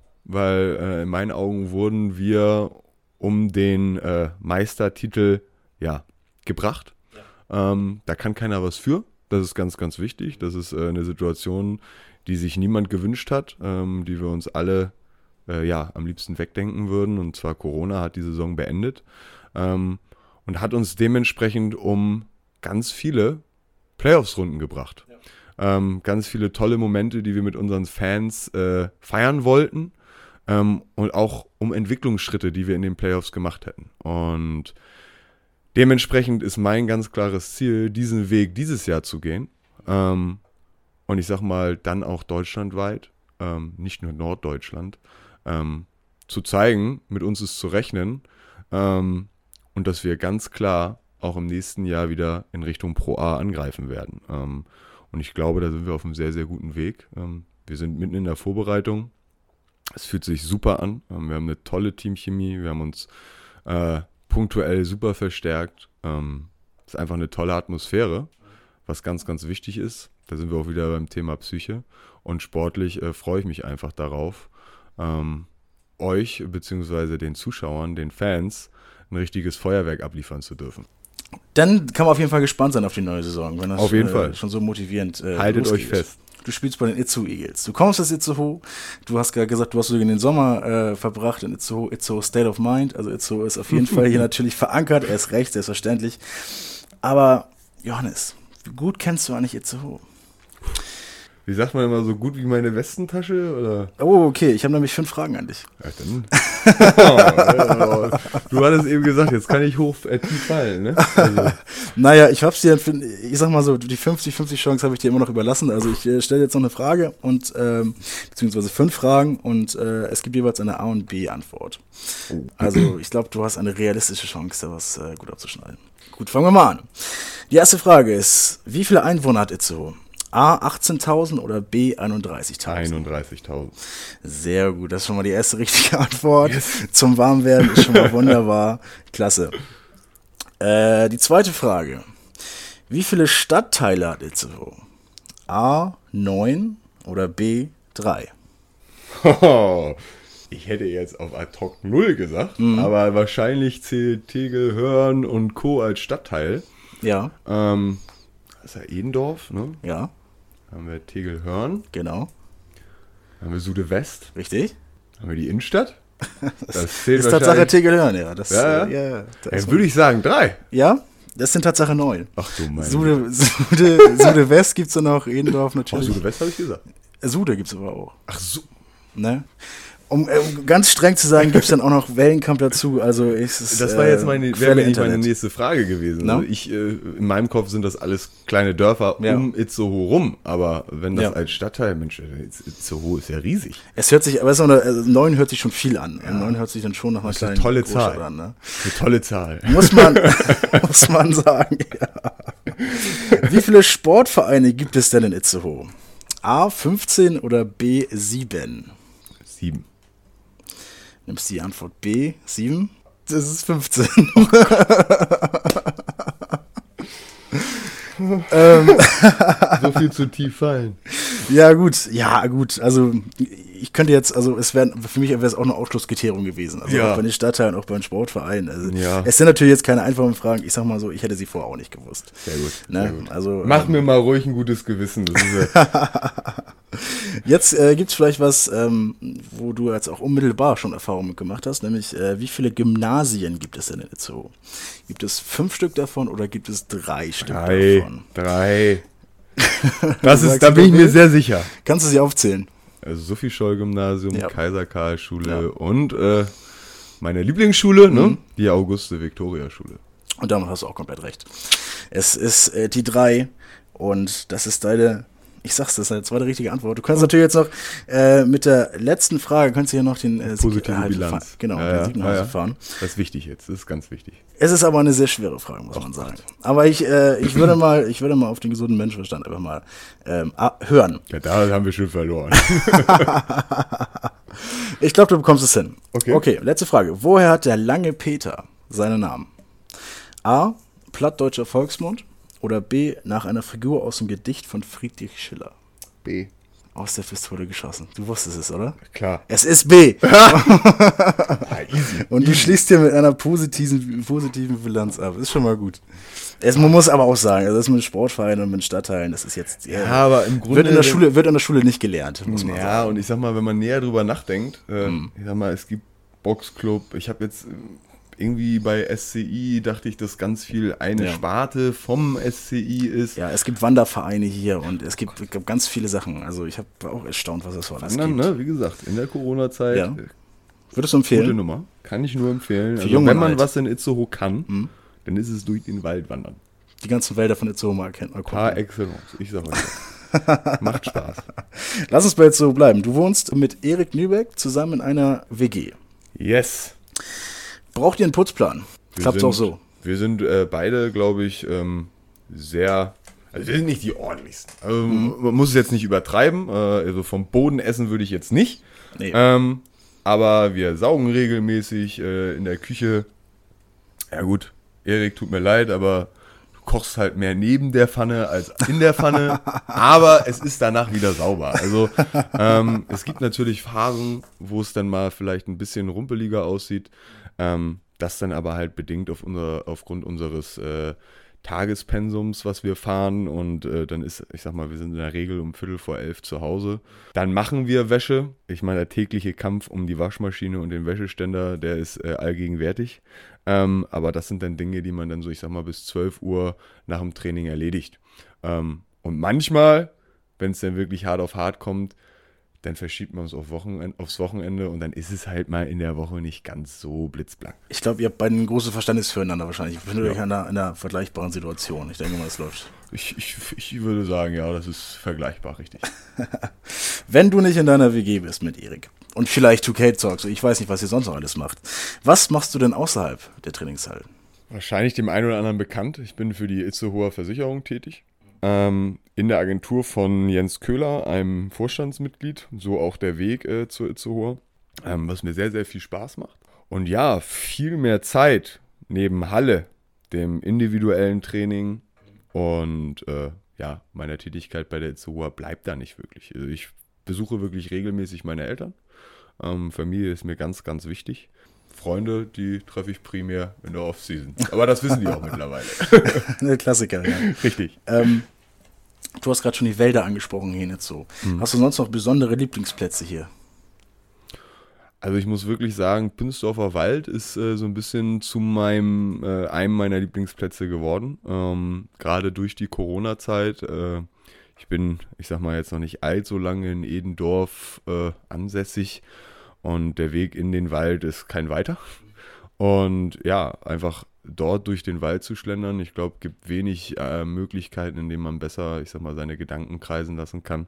weil äh, in meinen Augen wurden wir um den äh, Meistertitel ja, gebracht. Ja. Ähm, da kann keiner was für. Das ist ganz, ganz wichtig. Das ist äh, eine Situation, die sich niemand gewünscht hat, ähm, die wir uns alle äh, ja, am liebsten wegdenken würden. Und zwar Corona hat die Saison beendet ähm, und hat uns dementsprechend um ganz viele Playoffs-Runden gebracht. Ja. Ähm, ganz viele tolle Momente, die wir mit unseren Fans äh, feiern wollten. Ähm, und auch um Entwicklungsschritte, die wir in den Playoffs gemacht hätten. Und dementsprechend ist mein ganz klares Ziel, diesen Weg dieses Jahr zu gehen. Ähm, und ich sag mal, dann auch deutschlandweit, ähm, nicht nur Norddeutschland, ähm, zu zeigen, mit uns ist zu rechnen ähm, und dass wir ganz klar auch im nächsten Jahr wieder in Richtung Pro A angreifen werden. Ähm, und ich glaube, da sind wir auf einem sehr, sehr guten Weg. Ähm, wir sind mitten in der Vorbereitung. Es fühlt sich super an. Ähm, wir haben eine tolle Teamchemie. Wir haben uns äh, punktuell super verstärkt. Ähm, es ist einfach eine tolle Atmosphäre, was ganz, ganz wichtig ist. Da sind wir auch wieder beim Thema Psyche. Und sportlich äh, freue ich mich einfach darauf, ähm, euch bzw. den Zuschauern, den Fans, ein richtiges Feuerwerk abliefern zu dürfen. Dann kann man auf jeden Fall gespannt sein auf die neue Saison, wenn das auf jeden äh, Fall. schon so motivierend äh, Haltet losgeht. euch fest. Du spielst bei den Itzehoe Eagles. Du kommst aus Itzehoe. Du hast gerade gesagt, du hast sogar den Sommer äh, verbracht in Itzehoe. Itzehoe State of Mind. Also Itzehoe ist auf jeden Fall hier natürlich verankert. Er ist recht, selbstverständlich. Aber Johannes, wie gut kennst du eigentlich Itzehoe? Wie sagt man immer, so gut wie meine Westentasche? Oder? Oh, okay. Ich habe nämlich fünf Fragen an dich. Ja, dann. Oh, du hattest eben gesagt, jetzt kann ich hoch äh, tief fallen, ne? Also. Naja, ich hab's dir, ich sag mal so, die fünfzig fünfzig Chance habe ich dir immer noch überlassen. Also ich äh, stelle jetzt noch eine Frage und ähm, beziehungsweise fünf Fragen und äh, es gibt jeweils eine A- und B-Antwort. Also ich glaube, du hast eine realistische Chance, da was äh, gut abzuschneiden. Gut, fangen wir mal an. Die erste Frage ist, wie viele Einwohner hat Itzehoe? A, achtzehntausend oder B, einunddreißigtausend? einunddreißigtausend. Sehr gut, das ist schon mal die erste richtige Antwort. Yes. Zum Warmwerden ist schon mal wunderbar. Klasse. Äh, die zweite Frage. Wie viele Stadtteile hat Itzehoe? A, neun oder B, drei? Oh, ich hätte jetzt auf ad hoc null gesagt, mhm. aber wahrscheinlich zählt Tegel, Hörn und Co. als Stadtteil. Ja. Ähm, das ist ja Edendorf, ne? Ja. Haben wir Tegel-Hörn. Genau. Haben wir Sude West. Richtig. Haben wir die Innenstadt. Das zählt ist Tatsache Tegelhörn, ja. Das, ja, ja. Äh, ja, das ja, würde ich sagen, drei. Ja, das sind Tatsache neun. Ach du meine Sude, Sude, Sude West gibt es dann noch, Edendorf natürlich. Oh, Sude West habe ich gesagt. Sude gibt es aber auch. Ach so. Ne? Um, um ganz streng zu sagen, gibt es dann auch noch Wellenkamp dazu. Also ist es, das war jetzt meine, äh, wäre nicht meine nächste Frage gewesen. No? Also ich, äh, in meinem Kopf sind das alles kleine Dörfer ja. um Itzehoe rum. Aber wenn das ja. als Stadtteil, Mensch, Itzehoe ist ja riesig. Es hört sich, aber es ist eine, also neun hört sich schon viel an. Ja. neun hört sich dann schon nach einer kleinen tolle Großstadt Zahl. an. Ne? Eine tolle Zahl. Muss man, muss man sagen, ja. Wie viele Sportvereine gibt es denn in Itzehoe? A, fünfzehn oder B, sieben? sieben. Nimmst die Antwort B, sieben? Das ist fünfzehn. ähm, so viel zu tief fallen. Ja, gut, ja, gut. Also, ich könnte jetzt, also, es wäre, für mich wäre es auch ein Ausschlusskriterium gewesen. Also, ja. auch bei den Stadtteilen, auch bei den Sportvereinen. Also, ja. Es sind natürlich jetzt keine einfachen Fragen. Ich sag mal so, ich hätte sie vorher auch nicht gewusst. Sehr gut. Ne? Sehr gut. Also, Mach ähm, mir mal ruhig ein gutes Gewissen. Das ist ja Jetzt äh, gibt es vielleicht was, ähm, wo du jetzt auch unmittelbar schon Erfahrung mit gemacht hast, nämlich äh, wie viele Gymnasien gibt es denn in Itzehoe? Gibt es fünf Stück davon oder gibt es drei Stück drei, davon? Drei. Das ist, sagst, da bin ich mir willst? sehr sicher. Kannst du sie aufzählen? Also Sophie-Scholl-Gymnasium, Ja. Kaiser-Karl-Schule Ja. und äh, meine Lieblingsschule, Mhm. ne? Die Auguste-Viktoria-Schule. Und damit hast du auch komplett recht. Es ist äh, die drei und das ist deine, ich sag's, das ist eine zweite richtige Antwort. Du kannst natürlich jetzt noch äh, mit der letzten Frage, kannst du ja noch den äh, Positive halt, Bilanz. fahren. Genau, Ja, den ja, Siebenhausen ja, ja. fahren. Das ist wichtig jetzt, das ist ganz wichtig. Es ist aber eine sehr schwere Frage, muss man sagen. Aber ich, äh, ich würde mal, ich würde mal auf den gesunden Menschenverstand einfach mal ähm, ah, hören. Ja, da haben wir schon verloren. Ich glaube, du bekommst es hin. Okay. Okay, letzte Frage. Woher hat der lange Peter seinen Namen? A, plattdeutscher Volksmund oder B, nach einer Figur aus dem Gedicht von Friedrich Schiller? B. Aus der Pistole geschossen. Du wusstest es, oder? Klar. Es ist B. Ah, easy. Und du schließt dir mit einer positiven, positiven Bilanz ab. Ist schon mal gut. Es, man muss aber auch sagen, also das mit Sportvereinen und mit Stadtteilen, das ist jetzt Ja, aber im Grunde wird in der Schule wird in der Schule nicht gelernt, muss man Ja, sagen. und ich sag mal, wenn man näher drüber nachdenkt, äh, Mhm. ich sag mal, es gibt Boxclub, ich habe jetzt äh, irgendwie bei S C I dachte ich, dass ganz viel eine Ja. Sparte vom S C I ist. Ja, es gibt Wandervereine hier und es gibt, es gibt ganz viele Sachen. Also ich habe auch erstaunt, was es so alles Dann, gibt. ne, wie gesagt, in der Corona-Zeit, Ja. äh, Würdest du gute empfehlen? Nummer, kann ich nur empfehlen. Also, jung wenn und man alt. was in Itzehoe kann, Mhm. dann ist es durch den Wald wandern. Die ganzen Wälder von Itzehoe mal kennt mal Par gucken. excellence, ich sag mal so. Macht Spaß. Lass uns bei Itzehoe bleiben. Du wohnst mit Erik Nübeck zusammen in einer W G. Yes. Braucht ihr einen Putzplan? Wir Klappt sind, auch so. Wir sind äh, beide, glaube ich, ähm, sehr, also wir sind nicht die ordentlichsten. Also, Mhm. Man muss es jetzt nicht übertreiben, äh, also vom Boden essen würde ich jetzt nicht. Nee. Ähm, aber wir saugen regelmäßig äh, in der Küche. Ja gut, Erik, tut mir leid, aber du kochst halt mehr neben der Pfanne als in der Pfanne. Aber es ist danach wieder sauber. Also ähm, es gibt natürlich Phasen, wo es dann mal vielleicht ein bisschen rumpeliger aussieht. Ähm, das dann aber halt bedingt auf unser, aufgrund unseres äh, Tagespensums, was wir fahren. Und äh, dann ist, ich sag mal, wir sind in der Regel um Viertel vor elf zu Hause. Dann machen wir Wäsche. Ich meine, der tägliche Kampf um die Waschmaschine und den Wäscheständer, der ist äh, allgegenwärtig. Ähm, aber das sind dann Dinge, die man dann so, ich sag mal, bis zwölf Uhr nach dem Training erledigt. Ähm, und manchmal, wenn es dann wirklich hart auf hart kommt, dann verschiebt man es auf Wochenende, aufs Wochenende und dann ist es halt mal in der Woche nicht ganz so blitzblank. Ich glaube, ihr habt beide ein großes Verständnis füreinander wahrscheinlich. Ich befindet Ja. euch in einer, in einer vergleichbaren Situation. Ich denke mal, es läuft. Ich, ich, ich würde sagen, ja, das ist vergleichbar, richtig. Wenn du nicht in deiner W G bist mit Erik und vielleicht zwei K zockst, ich weiß nicht, was ihr sonst noch alles macht, was machst du denn außerhalb der Trainingshalle? Wahrscheinlich dem einen oder anderen bekannt. Ich bin für die Itzehoer Versicherung tätig. Ähm, in der Agentur von Jens Köhler, einem Vorstandsmitglied. So auch der Weg äh, zur Itzehoer. Ähm, was mir sehr, sehr viel Spaß macht. Und ja, viel mehr Zeit neben Halle, dem individuellen Training und äh, ja, meiner Tätigkeit bei der Itzehoer bleibt da nicht wirklich. Also ich besuche wirklich regelmäßig meine Eltern. Ähm, Familie ist mir ganz, ganz wichtig. Freunde, die treffe ich primär in der Off-Season. Aber das wissen die auch mittlerweile. Der Klassiker, ja. Richtig. Ähm, du hast gerade schon die Wälder angesprochen hier jetzt so. Hm. Hast du sonst noch besondere Lieblingsplätze hier? Also ich muss wirklich sagen, Pünsdorfer Wald ist äh, so ein bisschen zu meinem, äh, einem meiner Lieblingsplätze geworden. Ähm, gerade durch die Corona-Zeit. Äh, ich bin, ich sag mal jetzt noch nicht allzu lange in Edendorf äh, ansässig und der Weg in den Wald ist kein weiter. Und ja, einfach dort durch den Wald zu schlendern, ich glaube, gibt wenig äh, Möglichkeiten, in denen man besser, ich sag mal, seine Gedanken kreisen lassen kann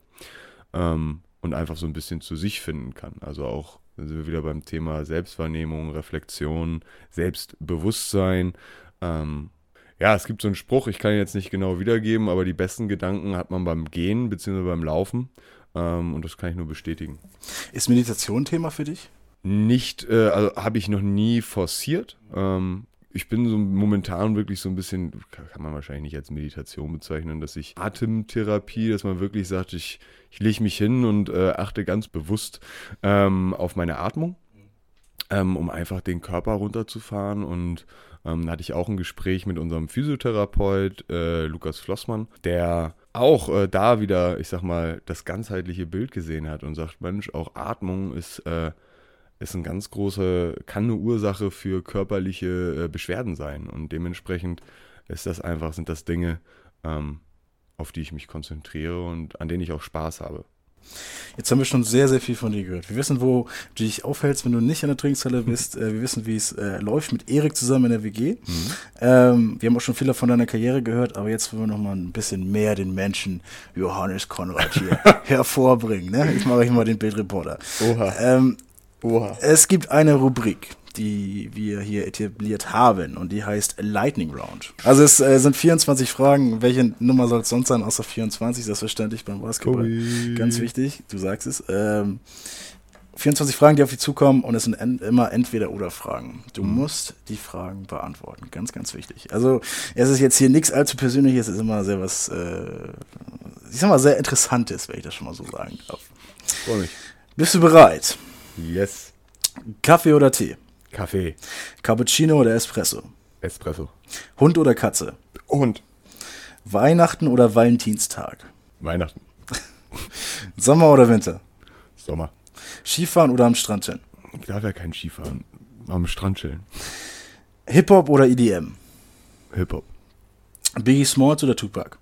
ähm, und einfach so ein bisschen zu sich finden kann. Also auch sind wir wieder beim Thema Selbstwahrnehmung, Reflexion, Selbstbewusstsein. Ähm, ja, es gibt so einen Spruch, ich kann ihn jetzt nicht genau wiedergeben, aber die besten Gedanken hat man beim Gehen bzw. beim Laufen. Ähm, und das kann ich nur bestätigen. Ist Meditation ein Thema für dich? Nicht, äh, also habe ich noch nie forciert. Ähm, ich bin so momentan wirklich so ein bisschen, kann man wahrscheinlich nicht als Meditation bezeichnen, dass ich Atemtherapie, dass man wirklich sagt, ich, ich lege mich hin und äh, achte ganz bewusst ähm, auf meine Atmung, ähm, um einfach den Körper runterzufahren. Und ähm, da hatte ich auch ein Gespräch mit unserem Physiotherapeut, äh, Lukas Flossmann, der auch äh, da wieder, ich sag mal, das ganzheitliche Bild gesehen hat und sagt, Mensch, auch Atmung ist äh, ist eine ganz große, kann eine Ursache für körperliche äh, Beschwerden sein. Und dementsprechend ist das einfach, sind das Dinge, ähm, auf die ich mich konzentriere und an denen ich auch Spaß habe. Jetzt haben wir schon sehr, sehr viel von dir gehört. Wir wissen, wo du dich aufhältst, wenn du nicht in der Trainingshalle bist. Äh, wir wissen, wie es äh, läuft mit Erik zusammen in der W G. Mhm. Ähm, wir haben auch schon viel von deiner Karriere gehört, aber jetzt wollen wir noch mal ein bisschen mehr den Menschen Johannes Konrad hier hervorbringen. Ne? Ich mache euch mal den Bildreporter. Oha. Ähm, Oha. Es gibt eine Rubrik, die wir hier etabliert haben und die heißt Lightning Round. Also es äh, sind vierundzwanzig Fragen. Welche Nummer soll es sonst sein, außer vierundzwanzig? Selbstverständlich beim Basketball. Kobi. Ganz wichtig, du sagst es. Ähm, vierundzwanzig Fragen, die auf dich zukommen und es sind en- immer Entweder-Oder-Fragen. Du mhm. musst die Fragen beantworten. Ganz, ganz wichtig. Also es ist jetzt hier nichts allzu Persönliches, es ist immer sehr was, äh, ich sag mal, sehr Interessantes, wenn ich das schon mal so sagen darf. Freue mich. Bist du bereit? Yes. Kaffee oder Tee? Kaffee. Cappuccino oder Espresso? Espresso. Hund oder Katze? Hund. Weihnachten oder Valentinstag? Weihnachten. Sommer oder Winter? Sommer. Skifahren oder am Strand chillen? Ich darf ja kein Skifahren. Am Strand chillen. Hip-Hop oder E D M? Hip-Hop. Biggie Smalls oder Tupac?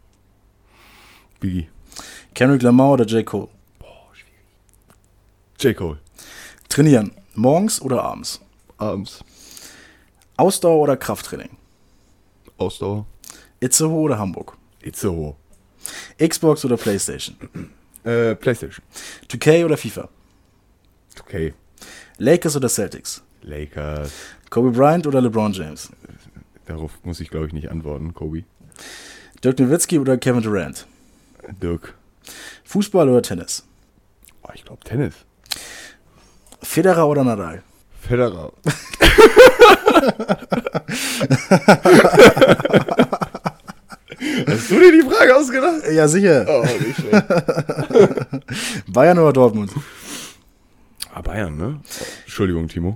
Biggie. Kendrick Lamar oder J. Cole? Boah, schwierig. J. Cole. Trainieren, morgens oder abends? Abends. Ausdauer oder Krafttraining? Ausdauer. Itzehoe oder Hamburg? Itzehoe. Xbox oder Playstation? Äh, Playstation. zwei K oder FIFA? zwei K. Lakers oder Celtics? Lakers. Kobe Bryant oder LeBron James? Darauf muss ich, glaube ich, nicht antworten. Kobe. Dirk Nowitzki oder Kevin Durant? Dirk. Fußball oder Tennis? Oh, ich glaube Tennis. Federer oder Nadal? Federer. Hast du dir die Frage ausgedacht? Ja, sicher. Oh, nicht schlecht. Bayern oder Dortmund? Ah, Bayern, ne? Oh, Entschuldigung, Timo.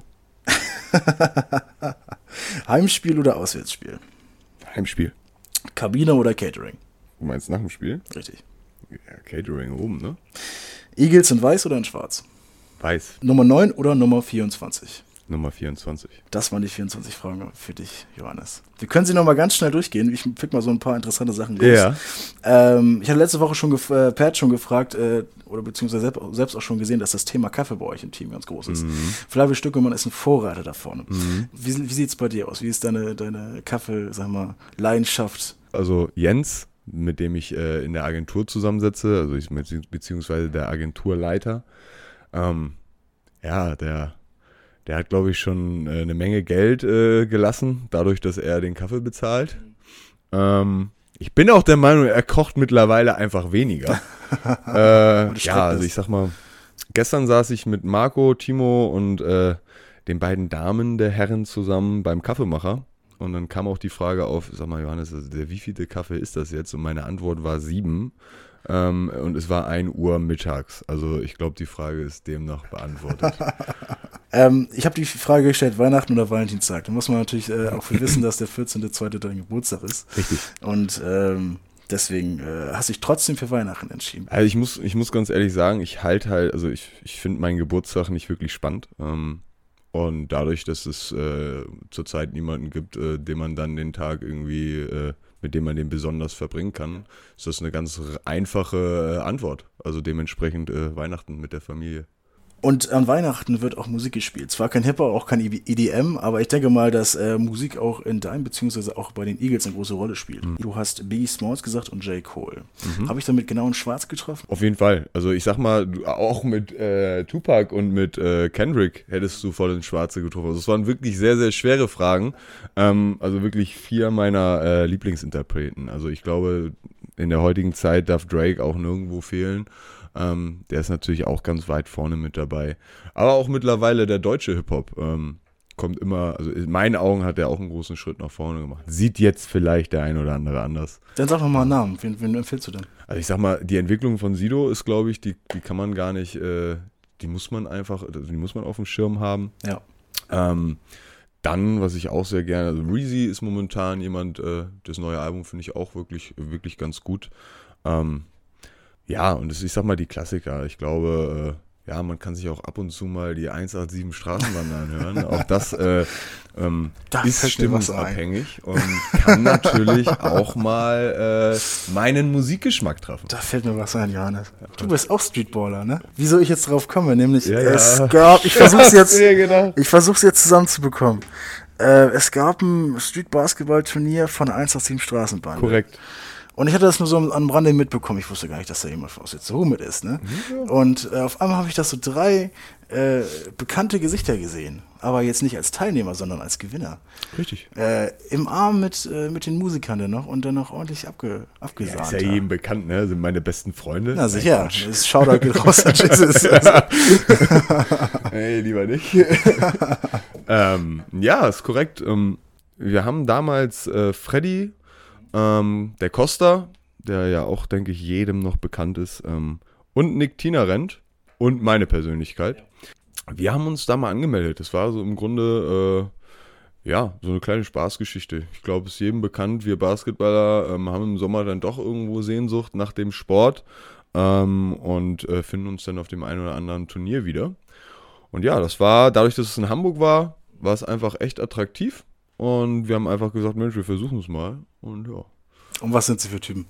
Heimspiel oder Auswärtsspiel? Heimspiel. Kabine oder Catering? Du meinst nach dem Spiel? Richtig. Ja, Catering oben, ne? Eagles in weiß oder in schwarz? Weiß. Nummer neun oder Nummer vierundzwanzig? Nummer vierundzwanzig. Das waren die vierundzwanzig Fragen für dich, Johannes. Wir können sie nochmal ganz schnell durchgehen. Ich pick mal so ein paar interessante Sachen raus. Ja. Ähm, ich hatte letzte Woche schon, gef- äh, Pat schon gefragt, äh, oder beziehungsweise selbst, selbst auch schon gesehen, dass das Thema Kaffee bei euch im Team ganz groß ist. Mhm. Flavio Stückemann ist ein Vorreiter da vorne. Mhm. Wie, wie sieht es bei dir aus? Wie ist deine, deine Kaffee, sag mal, Leidenschaft? Also Jens, mit dem ich äh, in der Agentur zusammensetze, also ich, beziehungsweise der Agenturleiter, ähm, ja, der Der hat, glaube ich, schon äh, eine Menge Geld äh, gelassen, dadurch, dass er den Kaffee bezahlt. Ähm, ich bin auch der Meinung, er kocht mittlerweile einfach weniger. äh, ja, also ich sag mal, gestern saß ich mit Marco, Timo und äh, den beiden Damen der Herren zusammen beim Kaffeemacher. Und dann kam auch die Frage auf, sag mal, Johannes, also der wievielte Kaffee ist das jetzt? Und meine Antwort war sieben. Ähm, und es war ein Uhr mittags. Also ich glaube, die Frage ist demnach beantwortet. ähm, ich habe die Frage gestellt, Weihnachten oder Valentinstag. Da muss man natürlich äh, auch wissen, dass der vierzehnte zweite dein Geburtstag ist. Richtig. Und ähm, deswegen äh, hast du dich trotzdem für Weihnachten entschieden. Also ich muss, ich muss ganz ehrlich sagen, ich halte halt, also ich, ich finde meinen Geburtstag nicht wirklich spannend. Ähm, und dadurch, dass es äh, zurzeit niemanden gibt, äh, den man dann den Tag irgendwie, äh, mit dem man den besonders verbringen kann, ist das eine ganz einfache äh, Antwort. Also dementsprechend äh, Weihnachten mit der Familie. Und an Weihnachten wird auch Musik gespielt. Zwar kein Hip-Hop, auch kein E D M, aber ich denke mal, dass äh, Musik auch in deinem, beziehungsweise auch bei den Eagles eine große Rolle spielt. Mhm. Du hast Biggie Smalls gesagt und J. Cole. Mhm. Habe ich damit genau in Schwarz getroffen? Auf jeden Fall. Also ich sag mal, auch mit äh, Tupac und mit äh, Kendrick hättest du voll ins Schwarze getroffen. Also es waren wirklich sehr, sehr schwere Fragen. Ähm, also wirklich vier meiner äh, Lieblingsinterpreten. Also ich glaube, in der heutigen Zeit darf Drake auch nirgendwo fehlen. Ähm, der ist natürlich auch ganz weit vorne mit dabei. Aber auch mittlerweile der deutsche Hip-Hop ähm, kommt immer, also in meinen Augen hat er auch einen großen Schritt nach vorne gemacht. Sieht jetzt vielleicht der ein oder andere anders. Dann sag doch mal einen Namen. Wen, wen empfiehlst du denn? Also ich sag mal, die Entwicklung von Sido ist, glaube ich, die, die kann man gar nicht, äh, die muss man einfach, die muss man auf dem Schirm haben. Ja. Ähm, dann, was ich auch sehr gerne, also Reezy ist momentan jemand, äh, das neue Album finde ich auch wirklich, wirklich ganz gut. Ähm, Ja, und das, ich sag mal, die Klassiker. Ich glaube, äh, ja, man kann sich auch ab und zu mal die hundertsiebenundachtzig Straßenbahn anhören. Auch das äh, ähm, da ist stimmungsabhängig und kann natürlich auch mal äh, meinen Musikgeschmack treffen. Da fällt mir was ein, Johannes. Du bist auch Streetballer, ne? Wieso ich jetzt drauf komme, nämlich ja, es ja. gab, ich versuch's jetzt, genau. ich versuch's jetzt zusammenzubekommen. Äh, es gab ein Street-Basketball-Turnier von der hundertsiebenundachtzig Straßenbahn. Korrekt. Und ich hatte das nur so am Rande mitbekommen. Ich wusste gar nicht, dass da jemand aus jetzt mit ist. Ne? Mhm. Und äh, auf einmal habe ich da so drei äh, bekannte Gesichter gesehen. Aber jetzt nicht als Teilnehmer, sondern als Gewinner. Richtig. Äh, Im Arm mit, äh, mit den Musikern dann noch und dann noch ordentlich abge, abgesahnt. Ja, ist ja jedem bekannt, ne? Sind meine besten Freunde. Na sicher. Das Shoutout geht raus an Jesus. Hey, lieber nicht. ähm, ja, ist korrekt. Ähm, wir haben damals äh, Freddy, Ähm, der Costa, der ja auch, denke ich, jedem noch bekannt ist, ähm, und Nick Tinarent und meine Persönlichkeit. Wir haben uns da mal angemeldet. Das war so im Grunde, äh, ja, so eine kleine Spaßgeschichte. Ich glaube, es ist jedem bekannt, wir Basketballer ähm, haben im Sommer dann doch irgendwo Sehnsucht nach dem Sport ähm, und äh, finden uns dann auf dem einen oder anderen Turnier wieder. Und ja, das war, dadurch, dass es in Hamburg war, war es einfach echt attraktiv. Und wir haben einfach gesagt, Mensch, wir versuchen es mal. Und ja. Und was sind sie für Typen?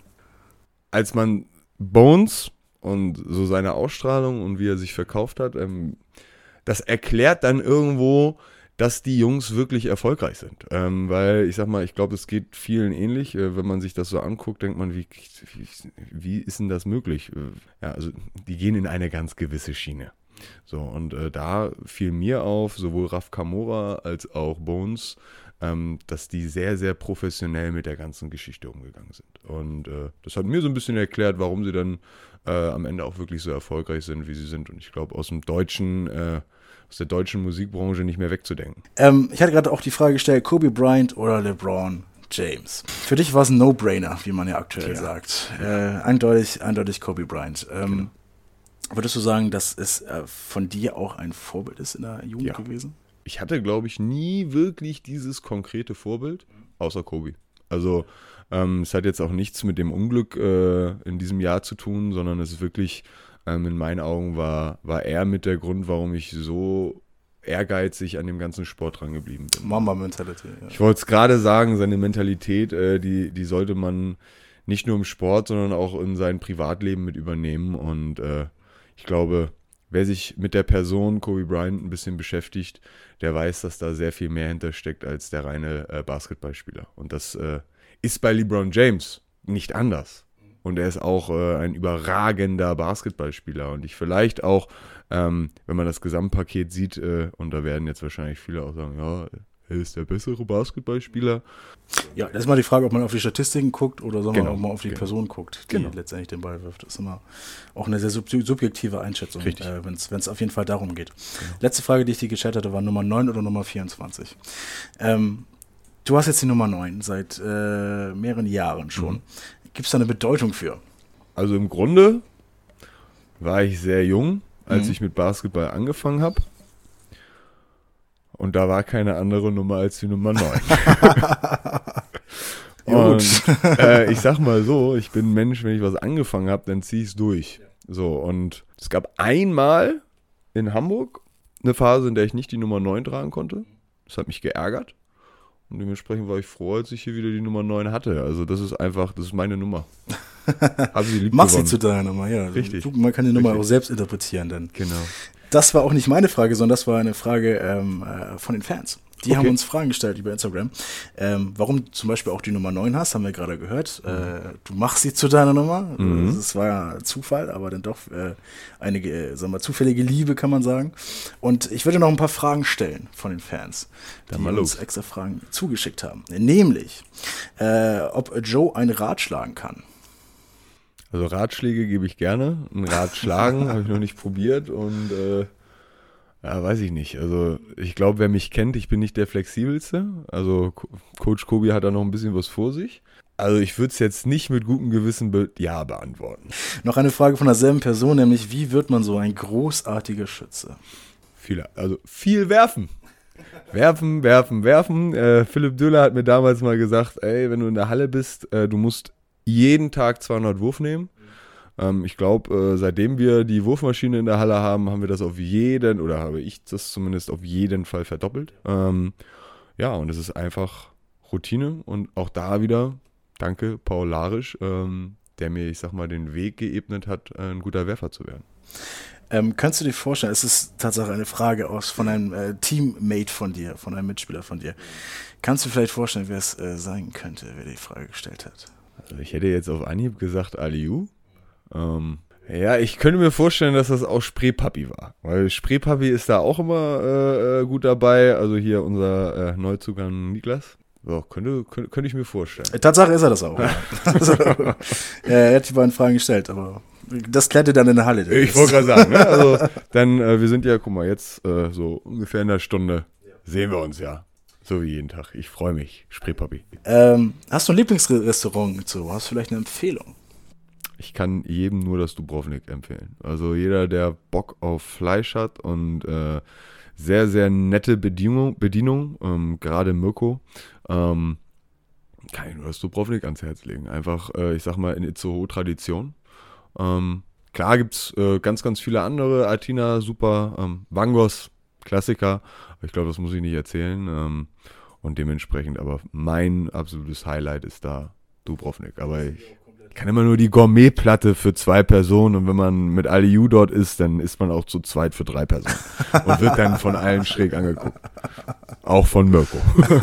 Als man Bones und so seine Ausstrahlung und wie er sich verkauft hat, ähm, das erklärt dann irgendwo, dass die Jungs wirklich erfolgreich sind. Ähm, weil ich sag mal, ich glaube, es geht vielen ähnlich. Äh, wenn man sich das so anguckt, denkt man, wie, wie, wie ist denn das möglich? Äh, ja, also die gehen in eine ganz gewisse Schiene. So, und äh, da fiel mir auf, sowohl Raf Kamora als auch Bones, ähm, dass die sehr, sehr professionell mit der ganzen Geschichte umgegangen sind. Und äh, das hat mir so ein bisschen erklärt, warum sie dann äh, am Ende auch wirklich so erfolgreich sind, wie sie sind. Und ich glaube, aus dem deutschen, äh, aus der deutschen Musikbranche nicht mehr wegzudenken. Ähm, ich hatte gerade auch die Frage gestellt, Kobe Bryant oder LeBron James. Für dich war es ein No-Brainer, wie man ja aktuell ja. sagt. Äh, eindeutig, eindeutig Kobe Bryant. Ähm, genau. Würdest du sagen, dass es äh, von dir auch ein Vorbild ist in der Jugend ja. gewesen? Ich hatte, glaube ich, nie wirklich dieses konkrete Vorbild, außer Kobe. Also ähm, es hat jetzt auch nichts mit dem Unglück äh, in diesem Jahr zu tun, sondern es ist wirklich, ähm, in meinen Augen war, war er mit der Grund, warum ich so ehrgeizig an dem ganzen Sport dran geblieben bin. Mamba-Mentality. Ja. Ich wollte es gerade sagen, seine Mentalität, äh, die, die sollte man nicht nur im Sport, sondern auch in sein Privatleben mit übernehmen. Und äh, ich glaube, wer sich mit der Person Kobe Bryant ein bisschen beschäftigt, der weiß, dass da sehr viel mehr hintersteckt als der reine äh, Basketballspieler. Und das äh, ist bei LeBron James nicht anders. Und er ist auch äh, ein überragender Basketballspieler. Und ich vielleicht auch, ähm, wenn man das Gesamtpaket sieht, äh, und da werden jetzt wahrscheinlich viele auch sagen, ja, er ist der bessere Basketballspieler. Ja, das ist mal die Frage, ob man auf die Statistiken guckt oder sagen wir genau, auch mal auf die genau. Person guckt, die genau. letztendlich den Ball wirft. Das ist immer auch eine sehr sub- subjektive Einschätzung, äh, wenn es auf jeden Fall darum geht. Genau. Letzte Frage, die ich dir gestellt hatte, war Nummer neun oder Nummer vierundzwanzig. Ähm, du hast jetzt die Nummer neun seit äh, mehreren Jahren schon. Mhm. Gibt es da eine Bedeutung für? Also im Grunde war ich sehr jung, als mhm. ich mit Basketball angefangen habe. Und da war keine andere Nummer als die Nummer neun. Und äh, ich sag mal so, ich bin ein Mensch, wenn ich was angefangen habe, dann ziehe ich es durch. So, und es gab einmal in Hamburg eine Phase, in der ich nicht die Nummer neun tragen konnte. Das hat mich geärgert. Und dementsprechend war ich froh, als ich hier wieder die Nummer neun hatte. Also das ist einfach, das ist meine Nummer. Hab sie lieb Mach gewonnen. Sie zu deiner Nummer, ja. Richtig. Du, man kann die Nummer Richtig. auch selbst interpretieren dann. Genau. Das war auch nicht meine Frage, sondern das war eine Frage ähm, von den Fans. Die okay. haben uns Fragen gestellt über Instagram. Ähm, warum du zum Beispiel auch die Nummer neun hast, haben wir gerade gehört. Mhm. Äh, du machst sie zu deiner Nummer. Mhm. Das war ja Zufall, aber dann doch äh, einige, äh, sagen wir, zufällige Liebe, kann man sagen. Und ich würde noch ein paar Fragen stellen von den Fans, dann die mal uns los. extra Fragen zugeschickt haben. Nämlich, äh, ob Joe einen Rat schlagen kann. Also Ratschläge gebe ich gerne. Ein Rat schlagen habe ich noch nicht probiert und äh, ja, weiß ich nicht. Also ich glaube, wer mich kennt, ich bin nicht der Flexibelste. Also Coach Kobi hat da noch ein bisschen was vor sich. Also ich würde es jetzt nicht mit gutem Gewissen be- ja beantworten. Noch eine Frage von derselben Person, nämlich wie wird man so ein großartiger Schütze? Viel, also viel werfen. Werfen, werfen, werfen. Äh, Philipp Döhler hat mir damals mal gesagt, ey, wenn du in der Halle bist, äh, du musst jeden Tag zweihundert Wurf nehmen. Ähm, ich glaube, äh, seitdem wir die Wurfmaschine in der Halle haben, haben wir das auf jeden, oder habe ich das zumindest auf jeden Fall verdoppelt. Ähm, ja, und es ist einfach Routine und auch da wieder, danke Paul Larisch, ähm, der mir, ich sag mal, den Weg geebnet hat, äh, ein guter Werfer zu werden. Ähm, kannst du dir vorstellen, es ist tatsächlich eine Frage aus von einem äh, Teammate von dir, von einem Mitspieler von dir. Kannst du vielleicht vorstellen, wer es äh, sein könnte, wer die Frage gestellt hat? Also ich hätte jetzt auf Anhieb gesagt Aliou. Ähm, ja, ich könnte mir vorstellen, dass das auch Spreepapi war. Weil Spreepapi ist da auch immer äh, gut dabei. Also hier unser äh, Neuzugang Niklas. Ja, könnte, könnte, könnte ich mir vorstellen. Tatsache ist er das auch. Ja. Also, er hat die beiden Fragen gestellt, aber das klärt ihr dann in der Halle. Ich wollte gerade sagen, ne? Also dann, äh, wir sind ja, guck mal, jetzt äh, so ungefähr in einer Stunde sehen wir uns ja. So wie jeden Tag. Ich freue mich. Spreepapi. Ähm, hast du ein Lieblingsrestaurant zu? Hast du vielleicht eine Empfehlung? Ich kann jedem nur das Dubrovnik empfehlen. Also jeder, der Bock auf Fleisch hat und äh, sehr, sehr nette Bedienung, Bedienung ähm, gerade Mirko, ähm, kann ich nur das Dubrovnik ans Herz legen. Einfach, äh, ich sag mal, in Itzehoe Tradition. Ähm, klar gibt es äh, ganz, ganz viele andere. Altina, super. Ähm, Vangos, Klassiker. Ich glaube, das muss ich nicht erzählen. Ähm, und dementsprechend, aber mein absolutes Highlight ist da Dubrovnik. Aber ich kann immer nur die Gourmetplatte für zwei Personen und wenn man mit Aliou dort ist, dann ist man auch zu zweit für drei Personen und wird dann von allen schräg angeguckt. Auch von Mirko.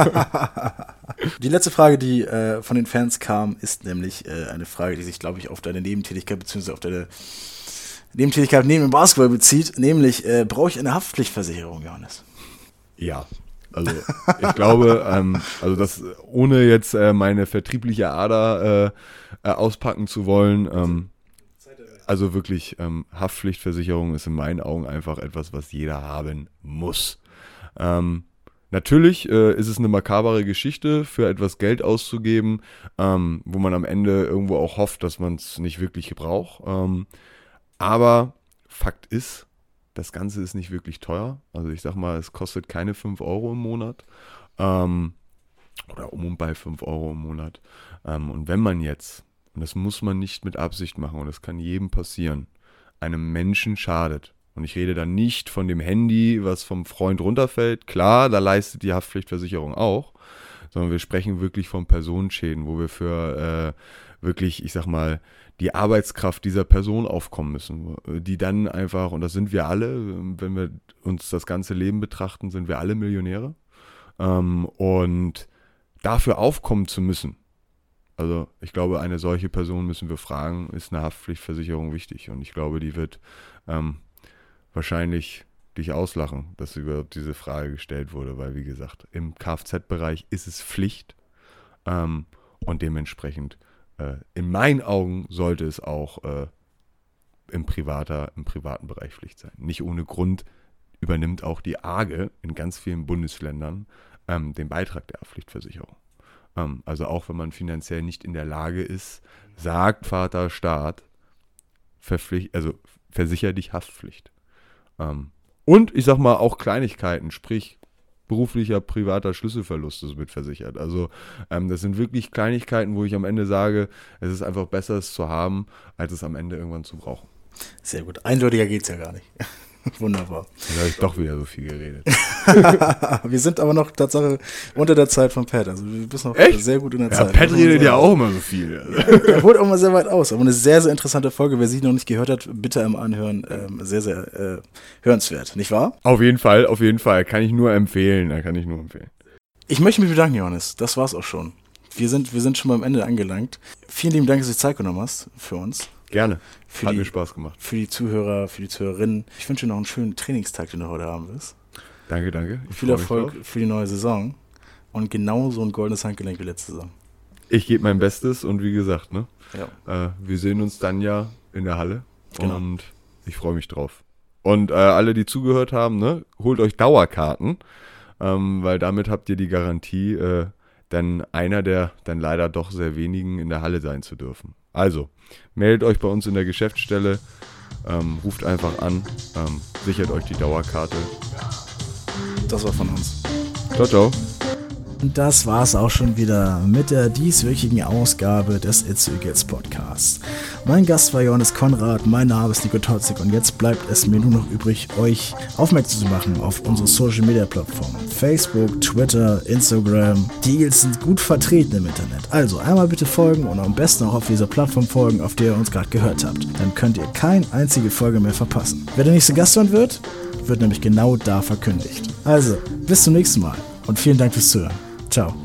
Die letzte Frage, die äh, von den Fans kam, ist nämlich äh, eine Frage, die sich, glaube ich, auf deine Nebentätigkeit bzw. auf deine Nebentätigkeit neben dem Basketball bezieht, nämlich, äh, brauche ich eine Haftpflichtversicherung, Johannes? Ja. Also ich glaube, ähm, also das ohne jetzt äh, meine vertriebliche Ader äh, äh, auspacken zu wollen, ähm, also wirklich ähm, Haftpflichtversicherung ist in meinen Augen einfach etwas, was jeder haben muss. Ähm, natürlich äh, ist es eine makabere Geschichte, für etwas Geld auszugeben, ähm, wo man am Ende irgendwo auch hofft, dass man es nicht wirklich braucht. Ähm, aber Fakt ist, das Ganze ist nicht wirklich teuer. Also ich sag mal, es kostet keine fünf Euro im Monat. Ähm, oder um und bei fünf Euro im Monat. Ähm, und wenn man jetzt, und das muss man nicht mit Absicht machen, und das kann jedem passieren, einem Menschen schadet. Und ich rede dann nicht von dem Handy, was vom Freund runterfällt. Klar, da leistet die Haftpflichtversicherung auch. Sondern wir sprechen wirklich von Personenschäden, wo wir für äh, wirklich, ich sag mal, die Arbeitskraft dieser Person aufkommen müssen, die dann einfach, und das sind wir alle, wenn wir uns das ganze Leben betrachten, sind wir alle Millionäre. Ähm, und dafür aufkommen zu müssen, also ich glaube, eine solche Person müssen wir fragen, ist eine Haftpflichtversicherung wichtig? Und ich glaube, die wird ähm, wahrscheinlich dich auslachen, dass überhaupt diese Frage gestellt wurde, weil wie gesagt, im Kfz-Bereich ist es Pflicht ähm, und dementsprechend äh, in meinen Augen sollte es auch äh, im, privater, im privaten Bereich Pflicht sein. Nicht ohne Grund übernimmt auch die A G E in ganz vielen Bundesländern ähm, den Beitrag der Haftpflichtversicherung. Ähm, also auch wenn man finanziell nicht in der Lage ist, sagt Vater Staat, verpflicht, also versicher dich Haftpflicht. Ähm, Und ich sag mal auch Kleinigkeiten, sprich beruflicher, privater Schlüsselverlust ist mitversichert. Also ähm, das sind wirklich Kleinigkeiten, wo ich am Ende sage, es ist einfach besser, es zu haben, als es am Ende irgendwann zu brauchen. Sehr gut. Eindeutiger geht's ja gar nicht. Wunderbar. Da habe ich doch wieder so viel geredet. Wir sind aber noch Tatsache unter der Zeit von Pat. Also wir bist noch Echt? sehr gut in der Ja, Zeit. Pat redet ja auch immer so viel. Er holt auch mal sehr weit aus. Aber eine sehr, sehr interessante Folge. Wer sie noch nicht gehört hat, bitte einmal anhören. Ähm, sehr, sehr äh, hörenswert. Nicht wahr? Auf jeden Fall, auf jeden Fall. Kann ich nur empfehlen. Da kann ich nur empfehlen. Ich möchte mich bedanken, Johannes. Das war's auch schon. Wir sind, wir sind schon beim Ende angelangt. Vielen lieben Dank, dass du Zeit genommen hast für uns. Gerne. Für Hat die, mir Spaß gemacht. Für die Zuhörer, für die Zuhörerinnen. Ich wünsche dir noch einen schönen Trainingstag, den du heute haben wirst. Danke, danke. Ich Viel Erfolg für die neue Saison. Und genau so ein goldenes Handgelenk wie letzte Saison. Ich gebe mein Bestes und wie gesagt, ne, Ja. äh, wir sehen uns dann ja in der Halle. Genau. Und ich freue mich drauf. Und äh, alle, die zugehört haben, ne, holt euch Dauerkarten, ähm, weil damit habt ihr die Garantie, äh, dann einer der dann leider doch sehr wenigen in der Halle sein zu dürfen. Also, meldet euch bei uns in der Geschäftsstelle, ähm, ruft einfach an, ähm, sichert euch die Dauerkarte. Das war von uns. Ciao, ciao. Und das war's auch schon wieder mit der dieswöchigen Ausgabe des It's Eagles Podcasts. Mein Gast war Johannes Konrad, mein Name ist Nico Totzig und jetzt bleibt es mir nur noch übrig, euch aufmerksam zu machen auf unsere Social Media Plattformen. Facebook, Twitter, Instagram. Die Eagles sind gut vertreten im Internet. Also einmal bitte folgen und am besten auch auf dieser Plattform folgen, auf der ihr uns gerade gehört habt. Dann könnt ihr keine einzige Folge mehr verpassen. Wer der nächste Gastmann wird, wird nämlich genau da verkündigt. Also, bis zum nächsten Mal und vielen Dank fürs Zuhören. Ciao.